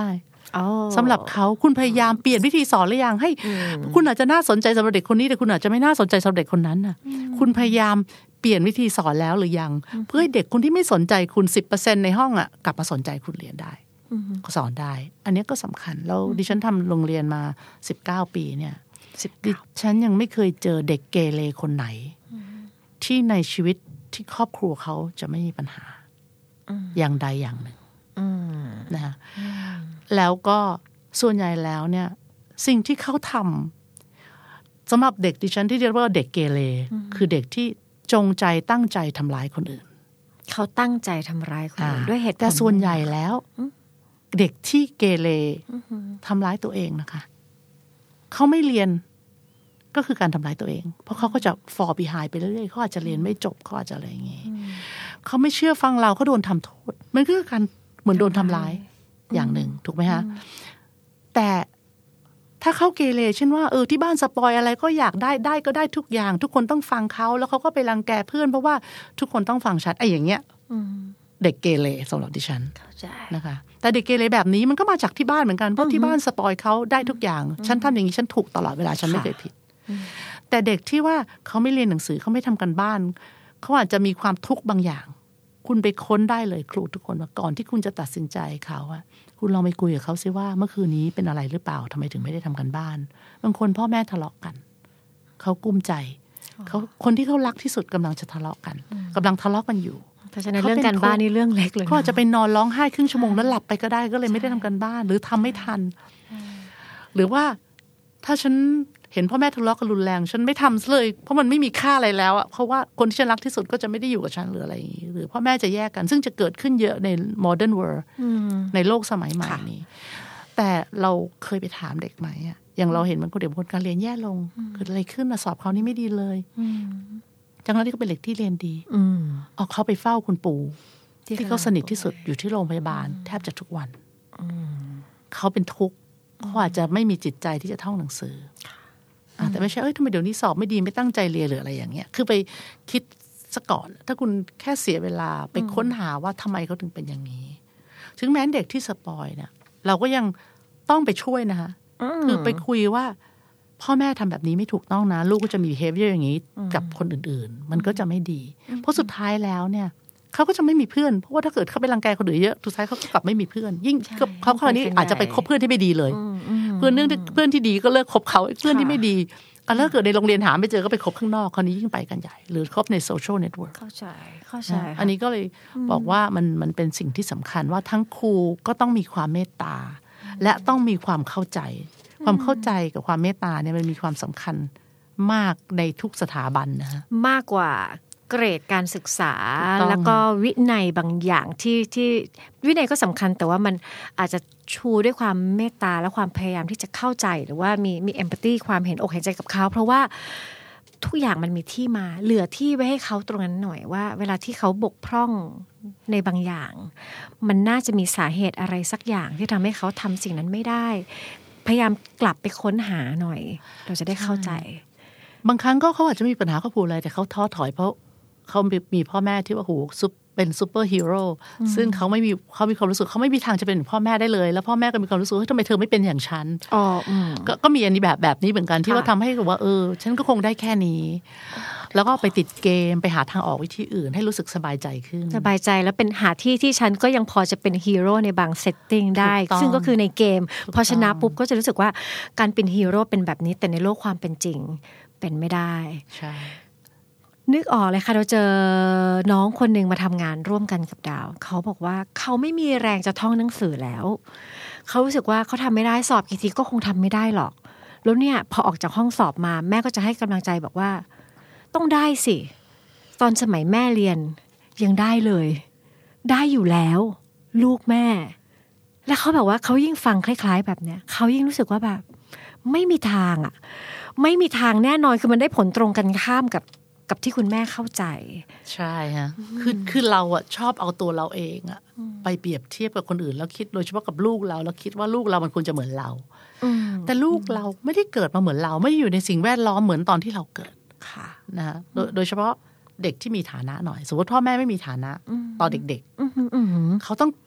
สำหรับเขาคุณพยายามเปลี่ยนวิธีสอนหรือยังให้คุณอาจจะน่าสนใจสำหรับเด็กคนนี้แต่คุณอาจจะไม่น่าสนใจสำหรับเด็กคนนั้นน่ะคุณพยายามเปลี่ยนวิธีสอนแล้วหรือยังเพื่อให้เด็กคนที่ไม่สนใจคุณ สิบเปอร์เซ็นต์ ในห้องอ่ะกลับมาสนใจคุณเรียนได้สอนได้อันนี้ก็สำคัญแล้วดิฉันทำโรงเรียนมาสิบเก้าปีเนี่ยดิฉันยังไม่เคยเจอเด็กเกเรคนไหนที่ในชีวิตที่ครอบครัวเขาจะไม่มีปัญหาอย่างใดอย่างหนึ่งนะคะแล้วก็ส่วนใหญ่แล้วเนี่ยสิ่งที่เขาทำสำหรับเด็กดิฉันที่เรียกว่าเด็กเกเรคือเด็กที่จงใจตั้งใจทำร้ายคนอื่นเขาตั้งใจทำร้ายคนอื่นด้วยเหตุผลแต่ส่วนใหญ่แล้วเด็กที่เกเรทำร้ายตัวเองนะคะเขาไม่เรียนก็คือการทำร้ายตัวเองเพราะเขาก็จะ fall behind ไปเรื่อยๆเขาอาจจะเรียนไม่จบเขาอาจจะอะไรอย่างงี้เขาไม่เชื่อฟังเราเขาโดนทำโทษมันคือการเหมือนโดนทำร้ายอย่างหนึ่งถูกไหมคะแต่ถ้าเขาเกเรเช่นว่าเออที่บ้านสปอยอะไรก็อยากได้ได้ก็ได้ทุกอย่างทุกคนต้องฟังเขาแล้วเขาก็ไปรังแกเพื่อนเพราะว่าทุกคนต้องฟังฉันไอ้อย่างเงี้ยเด็กเกเรสำหรับดิฉันนะคะแต่เด็กเกเรแบบนี้มันก็มาจากที่บ้านเหมือนกันเพราะที่บ้านสปอยเขาได้ทุกอย่างฉันทำอย่างนี้ฉันถูกตลอดเวลาฉันไม่เคยผิดแต่เด็กที่ว่าเขาไม่เรียนหนังสือเขาไม่ทำกันบ้านเขาอาจจะมีความทุกข์บางอย่างคุณไปค้นได้เลยครูทุกคนว่าก่อนที่คุณจะตัดสินใจเขาอะคุณลองไปคุยกับเขาซิว่าเมื่อคืนนี้เป็นอะไรหรือเปล่าทำไมถึงไม่ได้ทำกันบ้านบางคนพ่อแม่ทะเลาะกันเขากุ้มใจเขาคนที่เขารักที่สุดกำลังจะทะเลาะกันกำลังทะเลาะกันอยู่เพราะฉะนั้นเรื่องการบ้านนี่เรื่องเล็กเลยเขาอาจจะไปนอนร้องไห้ครึ่งชั่วโมงแล้วหลับไปก็ได้ก็เลยไม่ได้ทำกันบ้านหรือทำไม่ทันหรือว่าถ้าฉันเห็นพ่อแม่ทะเลาะกันรุนแรงฉันไม่ทำเลยเพราะมันไม่มีค่าอะไรแล้วอ่ะเพราะว่าคนที่ฉันรักที่สุดก็จะไม่ได้อยู่กับฉันหรืออะไรอย่างนี้หรือพ่อแม่จะแยกกันซึ่งจะเกิดขึ้นเยอะใน modern world ในโลกสมัยใหม่นี้แต่เราเคยไปถามเด็กไหมอ่ะอย่างเราเห็นมันคนเด็กคนการเรียนแย่ลงเกิดอะไรขึ้นสอบเขานี่ไม่ดีเลยจังนั้นที่เขาเป็นเด็กที่เรียนดีออกเขาไปเฝ้าคุณปู่ที่เขาสนิทที่สุดอยู่ที่โรงพยาบาลแทบจะทุกวันเขาเป็นทุกข์เขาอาจจะไม่มีจิตใจที่จะท่องหนังสือแต่ไม่ใช่เอ้ยทำไมเดี๋ยวนี้สอบไม่ดีไม่ตั้งใจเรียนหรืออะไรอย่างเงี้ยคือไปคิดซะก่อนถ้าคุณแค่เสียเวลาไปค้นหาว่าทำไมเขาถึงเป็นอย่างนี้ถึงแม้เด็กที่สปอยเนี่ยเราก็ยังต้องไปช่วยนะคะคือไปคุยว่าพ่อแม่ทำแบบนี้ไม่ถูกต้องนะลูกก็จะมี behavior อย่างนี้กับคนอื่นๆมันก็จะไม่ดีเพราะสุดท้ายแล้วเนี่ยเขาก็จะไม่มีเพื่อนเพราะว่าถ้าเกิดเขาไปรังแกคนอื่นเยอะสุดท้ายเขาก็กลับไม่มีเพื่อนยิ่งเขาคราวนี้อาจจะไปคบเพื่อนที่ไม่ดีเลยเพื่อนเรื่องเพื่อนที่ดีก็เลิกคบเขาเพื่อนที่ไม่ดีอันแล้วเกิดในโรงเรียนหาไม่เจอก็ไปคบข้างนอกคราวนี้ยิ่งไปกันใหญ่หรือคบในโซเชียลเน็ตเวิร์กเข้าใจเข้าใจอันนี้ก็เลยบอกว่ามันมันเป็นสิ่งที่สำคัญว่าทั้งครูก็ต้องมีความเมตตาและต้องมีความเข้าใจความเข้าใจกับความเมตตาเนี่ยมันมีความสำคัญมากในทุกสถาบันนะมากกว่าเกรดการศึกษาแล้วก็วินัยบางอย่างที่ที่วินัยก็สำคัญแต่ว่ามันอาจจะชูด้วยความเมตตาและความพยายามที่จะเข้าใจหรือว่ามีมีเอมพัตตีความเห็นอกเห็นใจกับเขาเพราะว่าทุกอย่างมันมีที่มาเหลือที่ไว้ให้เขาตรงนั้นหน่อยว่าเวลาที่เขาบกพร่องในบางอย่างมันน่าจะมีสาเหตุอะไรสักอย่างที่ทำให้เขาทำสิ่งนั้นไม่ได้พยายามกลับไปค้นหาหน่อยเราจะได้เข้าใจบางครั้งก็เขาอาจจะมีปัญหาครอบครัวอะไรแต่เขาท้อถอยเพราะเขามีพ่อแม่ที่ว่าโหซุปเป็นซูเปอร์ฮีโร่ซึ่งเขาไม่มีเขามีความรู้สึกเขาไม่มีทางจะเป็นพ่อแม่ได้เลยแล้วพ่อแม่ก็มีความรู้สึกว่าทำไมเธอไม่เป็นอย่างฉันอ๋อก็ก็มีอันนี้แบบแบบนี้เหมือนกันที่ว่าทำให้แบบว่าเออฉันก็คงได้แค่นี้แล้วก็ไปติดเกมไปหาทางออกวิธีอื่นให้รู้สึกสบายใจขึ้นสบายใจแล้วเป็นหาที่ที่ฉันก็ยังพอจะเป็นฮีโร่ในบางเซตติ้งได้ซึ่งก็คือในเกมพอชนะปุ๊บก็จะรู้สึกว่าการเป็นฮีโร่เป็นแบบนี้แต่ในโลกความเป็นจริงเป็นไม่ได้ใช่นึกออกเลยค่ะเราเจอน้องคนหนึ่งมาทำงานร่วมกันกับดาวเขาบอกว่าเขาไม่มีแรงจะท่องหนังสือแล้วเขารู้สึกว่าเขาทำไม่ได้สอบกี่ทีก็คงทำไม่ได้หรอกแล้วเนี่ยพอออกจากห้องสอบมาแม่ก็จะให้กำลังใจบอกว่าต้องได้สิตอนสมัยแม่เรียนยังได้เลยได้อยู่แล้วลูกแม่แล้วเขาแบบว่าเขายิ่งฟังคล้ายๆแบบเนี้ยเขายิ่งรู้สึกว่าแบบไม่มีทางอ่ะไม่มีทางแน่นอนคือมันได้ผลตรงกันข้ามกับกับที่คุณแม่เข้าใจใช่ฮะคือคือเราอ่ะชอบเอาตัวเราเองอ่ะไปเปรียบเทียบกับคนอื่นแล้วคิดโดยเฉพาะกับลูกเราแล้วคิดว่าลูกเรามันควรจะเหมือนเราแต่ลูกเราไม่ได้เกิดมาเหมือนเราไม่ได้อยู่ในสิ่งแวดล้อมเหมือนตอนที่เราเกิดค่ะนะโดยโดยเฉพาะเด็กที่มีฐานะหน่อยสมมติพ่อแม่ไม่มีฐานะตอนเด็กๆเขาต้อง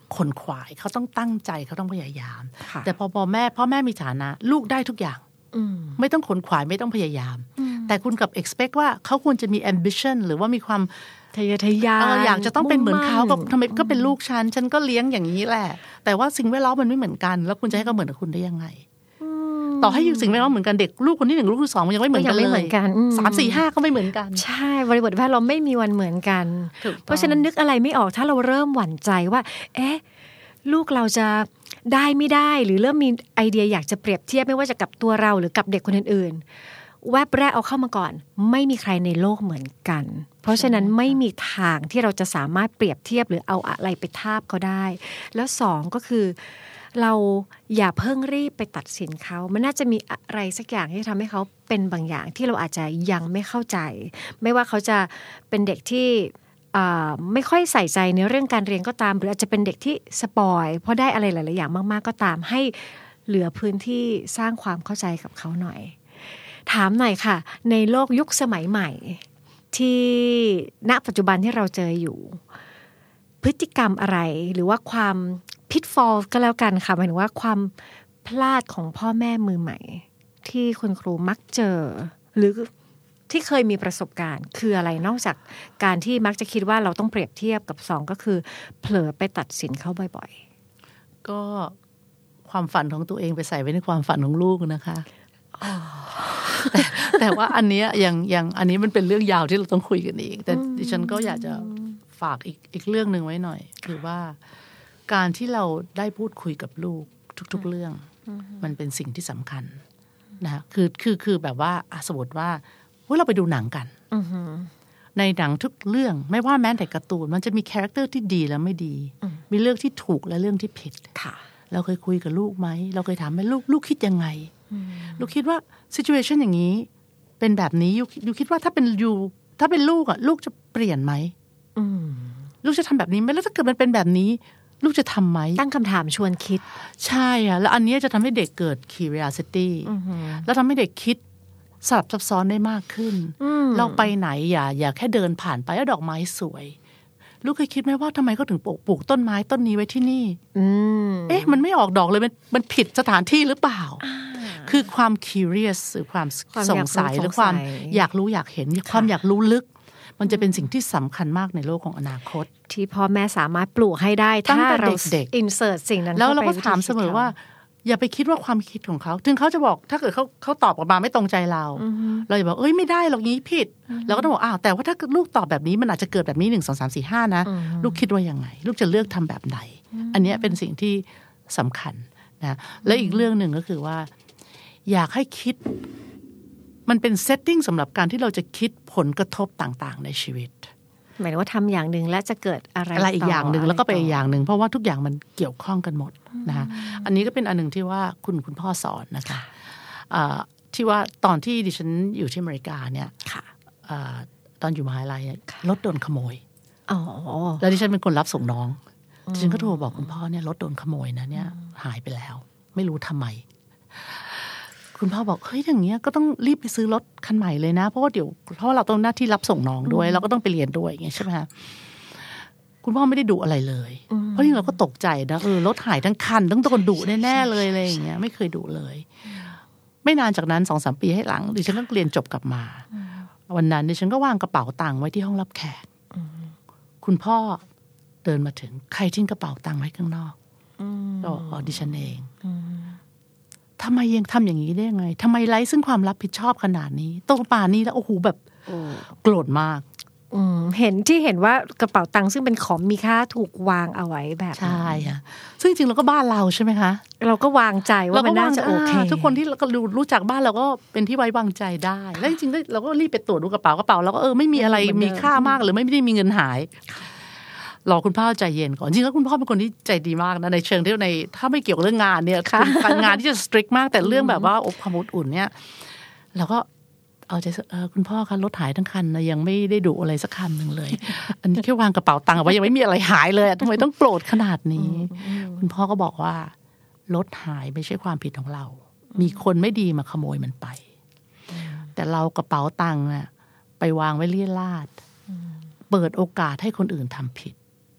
ขนขวายเขาต้องตั้งใจเขาต้องพยายามแต่พอพอแม่พ่อแม่มีฐานะลูกได้ทุกอย่างไม่ต้องขนขวายไม่ต้องพยายามแต่คุณกับ expect ว่าเขาควรจะมี ambition หรือว่ามีความทะเยอทะยานอยากจะต้องเป็นเหมือนเขากับทำไมก็เป็นลูกฉันฉันก็เลี้ยงอย่างนี้แหละแต่ว่าสิ่งแวดล้อมมันไม่เหมือนกันแล้วคุณจะให้เขาเหมือนกับคุณได้ยังไงต่อให้สิ่งแวดล้อมเหมือนกันเด็กลูกคนที่หนึ่งลูกที่สองมันยังไม่เหมือนกันเลยสามสี่ห้าก็ไม่เหมือนกันใช่บริบทแวดล้อมไม่มีวันเหมือนกันเพราะฉะนั้นนึกอะไรไม่ออกถ้าเราเริ่มหวั่นใจว่าเอ๊ะลูกเราจะได้ไม่ได้หรือเริ่มมีไอเดียอยากจะเปรียบเทียบไม่ว่าจะกับตัวเราหรือกับเด็กคนอื่นๆแวบแรกเอาเข้ามาก่อนไม่มีใครในโลกเหมือนกันเพราะฉะนั้นไม่มีทางที่เราจะสามารถเปรียบเทียบหรือเอาอะไรไปทาบเขาได้แล้วสองก็คือเราอย่าเพิ่งรีบไปตัดสินเขามันน่าจะมีอะไรสักอย่างที่ทำให้เขาเป็นบางอย่างที่เราอาจจะยังไม่เข้าใจไม่ว่าเขาจะเป็นเด็กที่ไม่ค่อยใส่ใจในเรื่องการเรียนก็ตามหรืออาจจะเป็นเด็กที่สปอยเพราะได้อะไรหลายๆอย่างมากๆก็ตามให้เหลือพื้นที่สร้างความเข้าใจกับเขาหน่อยถามหน่อยค่ะในโลกยุคสมัยใหม่ที่ณปัจจุบันที่เราเจออยู่พฤติกรรมอะไรหรือว่าความพิทฟอลก็แล้วกันค่ะหมายถึงว่าความพลาดของพ่อแม่มือใหม่ที่คุณครูมักเจอหรือที่เคยมีประสบการณ์คืออะไรนอกจากการที่มักจะคิดว่าเราต้องเปรียบเทียบกับสองก็คือเผลอไปตัดสินเขาบ่อยๆก็ความฝันของตัวเองไปใส่ไว้ในความฝันของลูกนะคะแต่แต่ว่าอันนี้ยังยังอันนี้มันเป็นเรื่องยาวที่เราต้องคุยกันอีกแต่ดิฉันก็อยากจะฝากอีกอีกเรื่องนึงไว้หน่อยคือว่าการที่เราได้พูดคุยกับลูกทุกๆเรื่องมันเป็นสิ่งที่สำคัญนะคือคือคือแบบว่าสมมติว่าเราไปดูหนังกันในหนังทุกเรื่องไม่ว่าแม้แต่การ์ตูนมันจะมีคาแรคเตอร์ที่ดีและไม่ดีมีเรื่องที่ถูกและเรื่องที่ผิดเราเคยคุยกับลูกไหมเราเคยถามไหมลูกลูกคิดยังไงลูกคิดว่าซิจูเอชันอย่างนี้เป็นแบบนี้ยูคิดว่าถ้าเป็นยูถ้าเป็นลูกอ่ะลูกจะเปลี่ยนไหมลูกจะทำแบบนี้ไหมแล้วถ้าเกิดมันเป็นแบบนี้ลูกจะทำไหมตั้งคำถามชวนคิดใช่ค่ะแล้วอันนี้จะทำให้เด็กเกิด curiosity แล้วทำให้เด็กคิดสลับซับซ้อนได้มากขึ้นเราไปไหนอย่าอย่าแค่เดินผ่านไปแล้วดอกไม้สวยลูกเคยคิดไหมว่าทำไมเขาถึงปลูกต้นไม้ต้นนี้ไว้ที่นี่เอ๊ะมันไม่ออกดอกเลยมันมันผิดสถานที่หรือเปล่าคือความ curious หรือความสงสัยหรือความอยากรู้อยากเห็นความอยากรู้ลึกมันจะเป็นสิ่งที่สำคัญมากในโลกของอนาคตที่พ่อแม่สามารถปลูกให้ได้ถ้าเราอินเสิร์ตสิ่งนั้นแล้วเราก็ถามเสมอว่าอย่าไปคิดว่าความคิดของเขาถึงเขาจะบอกถ้าเกิดเขาเขาตอบออกมาไม่ตรงใจเราเราอย่าบอกเอ้ยไม่ได้หรอกนี้ผิดเราก็ต้องบอกอ้าวแต่ว่าถ้าลูกตอบแบบนี้มันอาจจะเกิดแบบนี้หนึ่งสองสามสี่ห้านะลูกคิดว่ายังไงลูกจะเลือกทำแบบไหนอันนี้เป็นสิ่งที่สำคัญนะและอีกเรื่องหนึ่งก็คือว่าอยากให้คิดมันเป็นเซตติ้งสำหรับการที่เราจะคิดผลกระทบต่างๆในชีวิตหมายถึงว่าทำอย่างหนึ่งและจะเกิดอะไรอะไรอีกอย่างหนึ่งแล้วก็ไปอีกอย่างหนึ่งเพราะว่าทุกอย่างมันเกี่ยวข้องกันหมดนะคะอันนี้ก็เป็นอันหนึ่งที่ว่าคุณคุณพ่อสอนนะคะที่ว่าตอนที่ดิฉันอยู่ที่อเมริกาเนี่ยตอนอยู่มหาลัยรถโดนขโมยแล้วดิฉันเป็นคนรับส่งน้องดิฉันก็โทรบอกคุณพ่อเนี่ยรถโดนขโมยนะเนี่ยหายไปแล้วไม่รู้ทำไมคุณพ่อบอกเฮ้ยอย่างเงี้ยก็ต้องรีบไปซื้อรถคันใหม่เลยนะเพราะว่าเดี๋ยวเพราะว่าเราต้องหน้าที่รับส่งน้องด้วยเราก็ต้องไปเรียนด้วยอย่างเงี้ยใช่ไหมคะคุณพ่อไม่ได้ดุอะไรเลยเพราะนี่เราก็ตกใจนะเออรถหายทั้งคันต้องโดนดุแน่ๆเลยอะไรอย่างเงี้ยไม่เคยดุเลยไม่นานจากนั้นสองสามปีให้หลังดิฉันก็เรียนจบกลับมาวันนั้นดิฉันก็วางกระเป๋าตังค์ไว้ที่ห้องรับแขกคุณพ่อเดินมาถึงใครทิ้งกระเป๋าตังค์ไว้ข้างนอกก็อ๋อดิฉันเองทำไมยังทำอย่างนี้ได้ยังไงทำไมไร้ซึ่งความรับผิดชอบขนาดนี้โตป่านนี้แล้วโอ้โหแบบโกรธมากเห็นที่เห็นว่ากระเป๋าตังค์ซึ่งเป็นของมีค่าถูกวางเอาไว้แบบใช่ค่ะซึ่งจริงๆเราก็บ้านเราใช่ไหมคะเราก็วางใจว่ามันน่าจะโอเคทุกคนที่เราก็รู้จักบ้านเราก็เป็นที่ไว้วางใจได้แล้วจริงๆเราก็รีบไปตรวจดูกระเป๋ากระเป๋าเราก็เออไม่มีอะไรมีค่ามากหรือไม่ได้มีเงินหายรอคุณพ่อใจเย็นก่อนจริงแล้วคุณพ่อเป็นคนที่ใจดีมากนะในเชิงที่ในถ้าไม่เกี่ยวกับเรื่องงานเนี่ยการงานที่จะสตริกมากแต่เรื่องแบบว่าอบความอบอุ่นเนี่ยเราก็เอาใจเออคุณพ่อคะรถหายทั้งคันนะยังไม่ได้ดุอะไรสักคำหนึ่งเลยอันนี้แค่วางกระเป๋าตังค์เอาไว้ยังไม่มีอะไรหายเลยทำไมต้องโกรธขนาดนี้คุณพ่อก็บอกว่ารถหายไม่ใช่ความผิดของเรามีคนไม่ดีมาขโมยมันไปแต่เรากระเป๋าตังค์น่ะไปวางไว้เลี่ยราดเปิดโอกาสให้คนอื่นทำผิด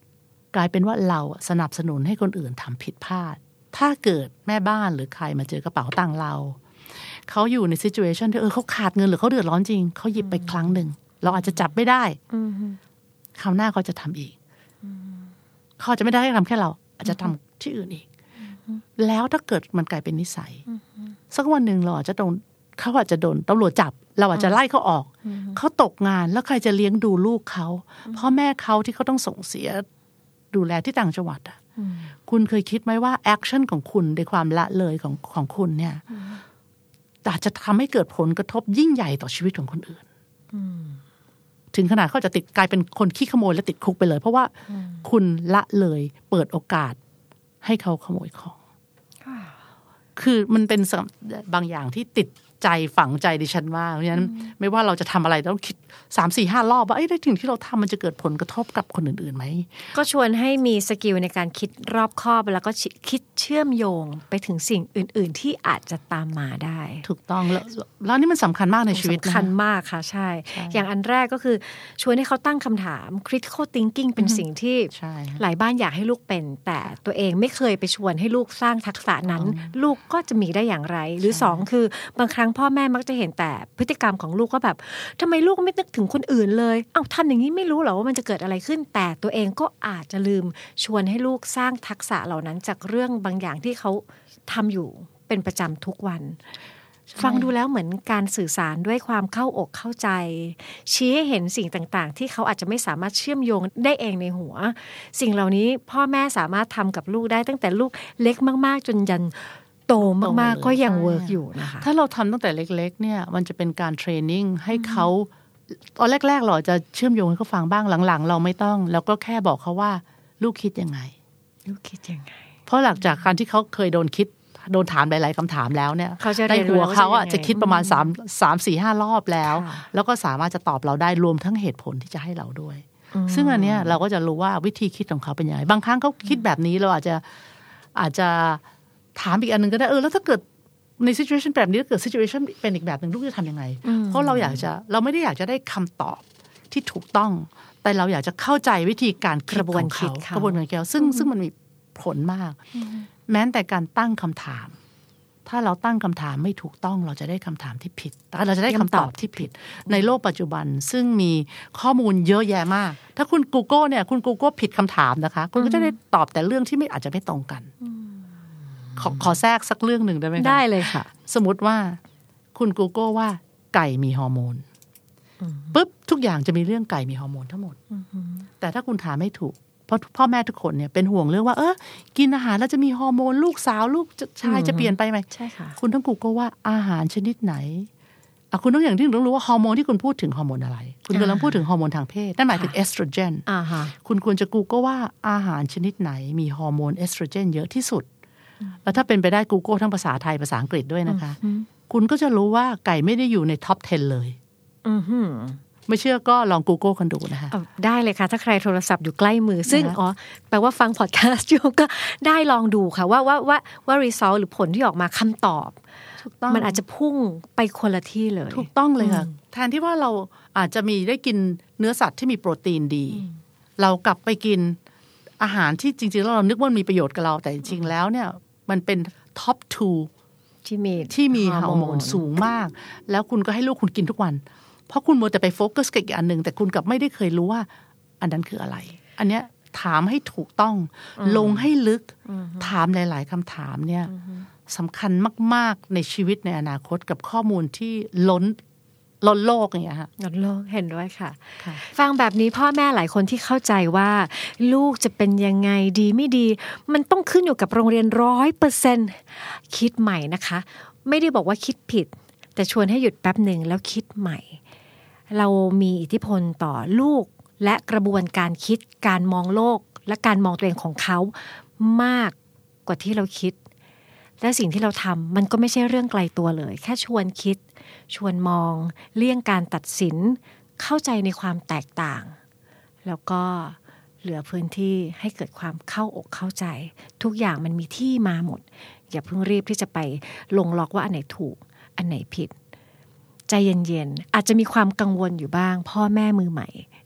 กลายเป็นว่าเราสนับสนุนให้คนอื่นทำผิดพลาดถ้าเกิดแม่บ้านหรือใครมาเจอกระเป๋าตังค์เราเขาอยู่ในซิจูเอชันที่เออเขาขาดเงินหรือเขาเดือดร้อนจริงเขาหยิบไปครั้งหนึ่งเราอาจจะจับไม่ได้คราวหน้าเขาจะทำอีกเขาจะไม่ได้ทำแค่เราอาจจะทำที่อื่นอีกแล้วถ้าเกิดมันกลายเป็นนิสัยสักวันหนึ่งเราอาจจะโดนเขาอาจจะโดนตำรวจจับเราอาจจะไล่เขาออกเขาตกงานแล้วใครจะเลี้ยงดูลูกเขาพ่อแม่เขาที่เขาต้องส่งเสียดูแลที่ต่างจังหวัดอ่ะคุณเคยคิดไหมว่าแอคชั่นของคุณในความละเลยของของคุณเนี่ยอาจจะทำให้เกิดผลกระทบยิ่งใหญ่ต่อชีวิตของคนอื่นถึงขนาดเขาจะติดกลายเป็นคนขี้ขโมยและติดคุกไปเลยเพราะว่าคุณละเลยเปิดโอกาสให้เขาขโมยของคือมันเป็นบางอย่างที่ติดใจฝังใจดิฉันมากเพราะฉะนั้นไม่ว่าเราจะทำอะไรต้องคิดสามสี่ห้ารอบว่าไอ้ได้ถึงที่เราทำมันจะเกิดผลกระทบกับคนอื่นๆไหมก็ชวนให้มีสกิลในการคิดรอบคอบแล้วก็คิดเชื่อมโยงไปถึงสิ่งอื่นๆที่อาจจะตามมาได้ถูกต้องแล้วแล้วนี่มันสำคัญมากในชีวิตสำคัญมากค่ะใช่อย่างอันแรกก็คือชวนให้เขาตั้งคำถาม critical thinking เป็นสิ่งที่หลายบ้านอยากให้ลูกเป็นแต่ตัวเองไม่เคยไปชวนให้ลูกสร้างทักษะนั้นลูกก็จะมีได้อย่างไรหรือสองคือบางครั้งพ่อแม่มักจะเห็นแต่พฤติกรรมของลูกก็แบบทำไมลูกไม่นึกถึงคนอื่นเลยเอ้าทำอย่างนี้ไม่รู้เหรอว่ามันจะเกิดอะไรขึ้นแต่ตัวเองก็อาจจะลืมชวนให้ลูกสร้างทักษะเหล่านั้นจากเรื่องบางอย่างที่เขาทำอยู่เป็นประจำทุกวันฟังดูแล้วเหมือนการสื่อสารด้วยความเข้าอกเข้าใจชี้ให้เห็นสิ่งต่างๆที่เขาอาจจะไม่สามารถเชื่อมโยงได้เองในหัวสิ่งเหล่านี้พ่อแม่สามารถทำกับลูกได้ตั้งแต่ลูกเล็กมากๆจนยันโตมากๆก็ยังเวิร์กอยู่นะคะถ้าเราทำตั้งแต่เล็กๆเนี่ยมันจะเป็นการเทรนนิ่งให้เขาตอนแรกๆเราจะเชื่อมโยงให้เขาฟังบ้างหลังๆเราไม่ต้องแล้วก็แค่บอกเขาว่าลูกคิดยังไงลูกคิดยังไงเพราะหลังจากการที่เขาเคยโดนคิดโดนถามหลายๆคำถามแล้วเนี่ยในหัวเขาอ่ะจะคิดประมาณสาม สาม สี่ ห้ารอบแล้วแล้วก็สามารถจะตอบเราได้รวมทั้งเหตุผลที่จะให้เราด้วยซึ่งอันเนี้ยเราก็จะรู้ว่าวิธีคิดของเขาเป็นยังไงบางครั้งเขาคิดแบบนี้เราอาจจะอาจจะถามอีกอันนึงก็ได้เออแล้วถ้าเกิดใน situation แบบนี้ถ้าเกิด situation เป็นอีกแบบนึงลูกจะทำยังไงเพราะเราอยากจะเราไม่ได้อยากจะได้คำตอบที่ถูกต้องแต่เราอยากจะเข้าใจวิธีการกระบวนการกระบวนการคิดซึ่งซึ่งมันมีผลมากแม้แต่การตั้งคำถามถ้าเราตั้งคำถามไม่ถูกต้องเราจะได้คำถามที่ผิดเราจะได้คำตอบที่ผิดในโลกปัจจุบันซึ่งมีข้อมูลเยอะแยะมากถ้าคุณ Google เนี่ยคุณ Google ผิดคำถามนะคะคุณก็จะได้ตอบแต่เรื่องที่ไม่อาจจะไม่ตรงกันขอขอแทรกสักเรื่องหนึ่งได้ไหมคะได้เลยค่ะสมมติว่าคุณ Google ว่าไก่มีฮอร์โมนปุ๊บทุกอย่างจะมีเรื่องไก่มีฮอร์โมนทั้งหมดแต่ถ้าคุณถามไม่ถูกเพราะพ่อแม่ทุกคนเนี่ยเป็นห่วงเรื่องว่าเออกินอาหารแล้วจะมีฮอร์โมนลูกสาวลูกชายจะเปลี่ยนไปไหมใช่ค่ะคุณต้อง Google ว่าอาหารชนิดไหนอ่ะคุณต้องอย่างที่ต้องรู้ว่าฮอร์โมนที่คุณพูดถึงฮอร์โมนอะไรคุณกำลังพูดถึงฮอร์โมนทางเพศนั่นหมายถึงเอสโตรเจนคุณควรจะ Google ว่าอาหารชนิดไหนมีฮอร์โมนเอสโตรเจนเยอะที่สุดแล้วถ้าเป็นไปได้ Google ทั้งภาษาไทยภาษาอังกฤษด้วยนะคะคุณก็จะรู้ว่าไก่ไม่ได้อยู่ในท็อปสิบเลยไม่เชื่อก็ลอง Google กันดูนะคะได้เลยค่ะถ้าใครโทรศัพท์อยู่ใกล้มือซึ่งอ๋อแปลว่าฟังพอดแคสต์อยู่ก็ได้ลองดูค่ะว่าว่าว่าว่า result หรือผลที่ออกมาคำตอบมันอาจจะพุ่งไปคนละที่เลยถูกต้องเลยค่ะแทนที่ว่าเราอาจจะมีได้กินเนื้อสัตว์ที่มีโปรตีนดีเรากลับไปกินอาหารที่จริงๆแล้วเรานึกว่ามีประโยชน์กับเราแต่จริงๆแล้วเนี่ยมันเป็นท็อปทูที่มีที่มีฮอร์โมนสูงมากแล้วคุณก็ให้ลูกคุณกินทุกวันเพราะคุณมัวแต่ไปโฟกัสกับอีกอันหนึ่งแต่คุณกลับไม่ได้เคยรู้ว่าอันนั้นคืออะไรอันเนี้ยถามให้ถูกต้องลงให้ลึกถามหลายๆคำถามเนี่ยสำคัญมากๆในชีวิตในอนาคตกับข้อมูลที่ล้นล้นโลกอย่างเงี้ยค่ะล้นโลกเห็นด้วยค่ะฟังแบบนี้พ่อแม่หลายคนที่เข้าใจว่าลูกจะเป็นยังไงดีไม่ดีมันต้องขึ้นอยู่กับโรงเรียนร้อยเปอร์เซ็นต์คิดใหม่นะคะไม่ได้บอกว่าคิดผิดแต่ชวนให้หยุดแป๊บหนึ่งแล้วคิดใหม่เรามีอิทธิพลต่อลูกและกระบวนการคิดการมองโลกและการมองตัวเองของเขามากกว่าที่เราคิดและสิ่งที่เราทำมันก็ไม่ใช่เรื่องไกลตัวเลยแค่ชวนคิดชวนมองเลี่ยงการตัดสินเข้าใจในความแตกต่างแล้วก็เหลือพื้นที่ให้เกิดความเข้าอกเข้าใจทุกอย่างมันมีที่มาหมดอย่าเพิ่งรีบที่จะไปลงล็อกว่าอันไหนถูกอันไหนผิดใจเย็นๆอาจจะมีความกังวลอยู่บ้างพ่อแม่มือใหม่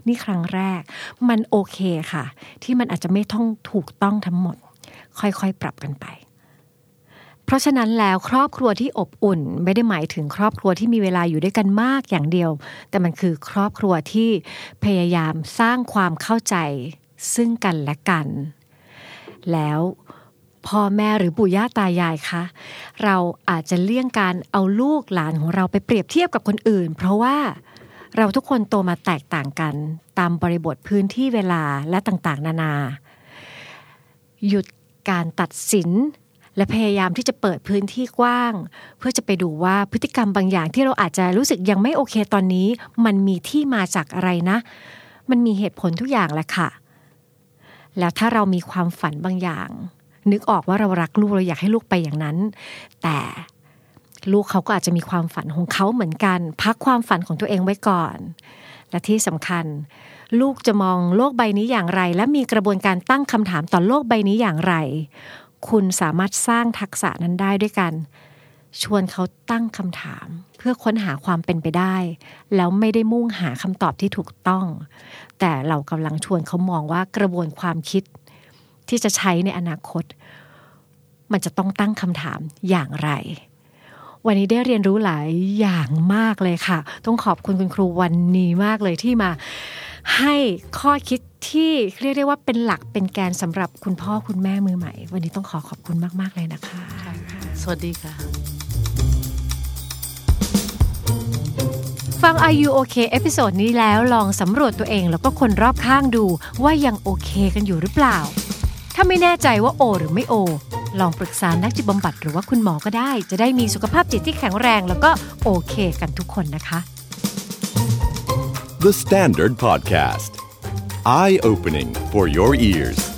นี่ครั้งแรกมันโอเคค่ะที่มันอาจจะไม่ต้องถูกต้องทั้งหมดค่อยๆปรับกันไปเพราะฉะนั้นแล้วครอบครัวที่อบอุ่นไม่ได้หมายถึงครอบครัวที่มีเวลาอยู่ด้วยกันมากอย่างเดียวแต่มันคือครอบครัวที่พยายามสร้างความเข้าใจซึ่งกันและกันแล้วพ่อแม่หรือปู่ย่าตายายคะเราอาจจะเลี่ยงการเอาลูกหลานของเราไปเปรียบเทียบกับคนอื่นเพราะว่าเราทุกคนโตมาแตกต่างกันตามบริบทพื้นที่เวลาและต่างๆนานาหยุดการตัดสินและพยายามที่จะเปิดพื้นที่กว้างเพื่อจะไปดูว่าพฤติกรรมบางอย่างที่เราอาจจะรู้สึกยังไม่โอเคตอนนี้มันมีที่มาจากอะไรนะมันมีเหตุผลทุกอย่างแหละค่ะแล้วถ้าเรามีความฝันบางอย่างนึกออกว่าเรารักลูกเราอยากให้ลูกไปอย่างนั้นแต่ลูกเขาก็อาจจะมีความฝันของเขาเหมือนกันพักความฝันของตัวเองไว้ก่อนและที่สำคัญลูกจะมองโลกใบนี้อย่างไรและมีกระบวนการตั้งคำถามต่อโลกใบนี้อย่างไรคุณสามารถสร้างทักษะนั้นได้ด้วยกันชวนเขาตั้งคำถามเพื่อค้นหาความเป็นไปได้แล้วไม่ได้มุ่งหาคำตอบที่ถูกต้องแต่เรากำลังชวนเขามองว่ากระบวนความคิดที่จะใช้ในอนาคตมันจะต้องตั้งคำถามอย่างไรวันนี้ได้เรียนรู้หลายอย่างมากเลยค่ะต้องขอบคุณคุณครูวันนี้มากเลยที่มาให้ข้อคิดที่เรียกได้ว่าเป็นหลักเป็นแกนสำหรับคุณพ่อคุณแม่มือใหม่วันนี้ต้องขอขอบคุณมากๆเลยนะคะสวัสดีค่ะฟัง Are You Okay เอพิโซดนี้แล้วลองสำรวจตัวเองแล้วก็คนรอบข้างดูว่ายังโอเคกันอยู่หรือเปล่าถ้าไม่แน่ใจว่าโอหรือไม่โอลองปรึกษานักจิตบำบัดหรือว่าคุณหมอก็ได้จะได้มีสุขภาพจิตที่แข็งแรงแล้วก็โอเคกันทุกคนนะคะ The Standard Podcast Eye-opening for your ears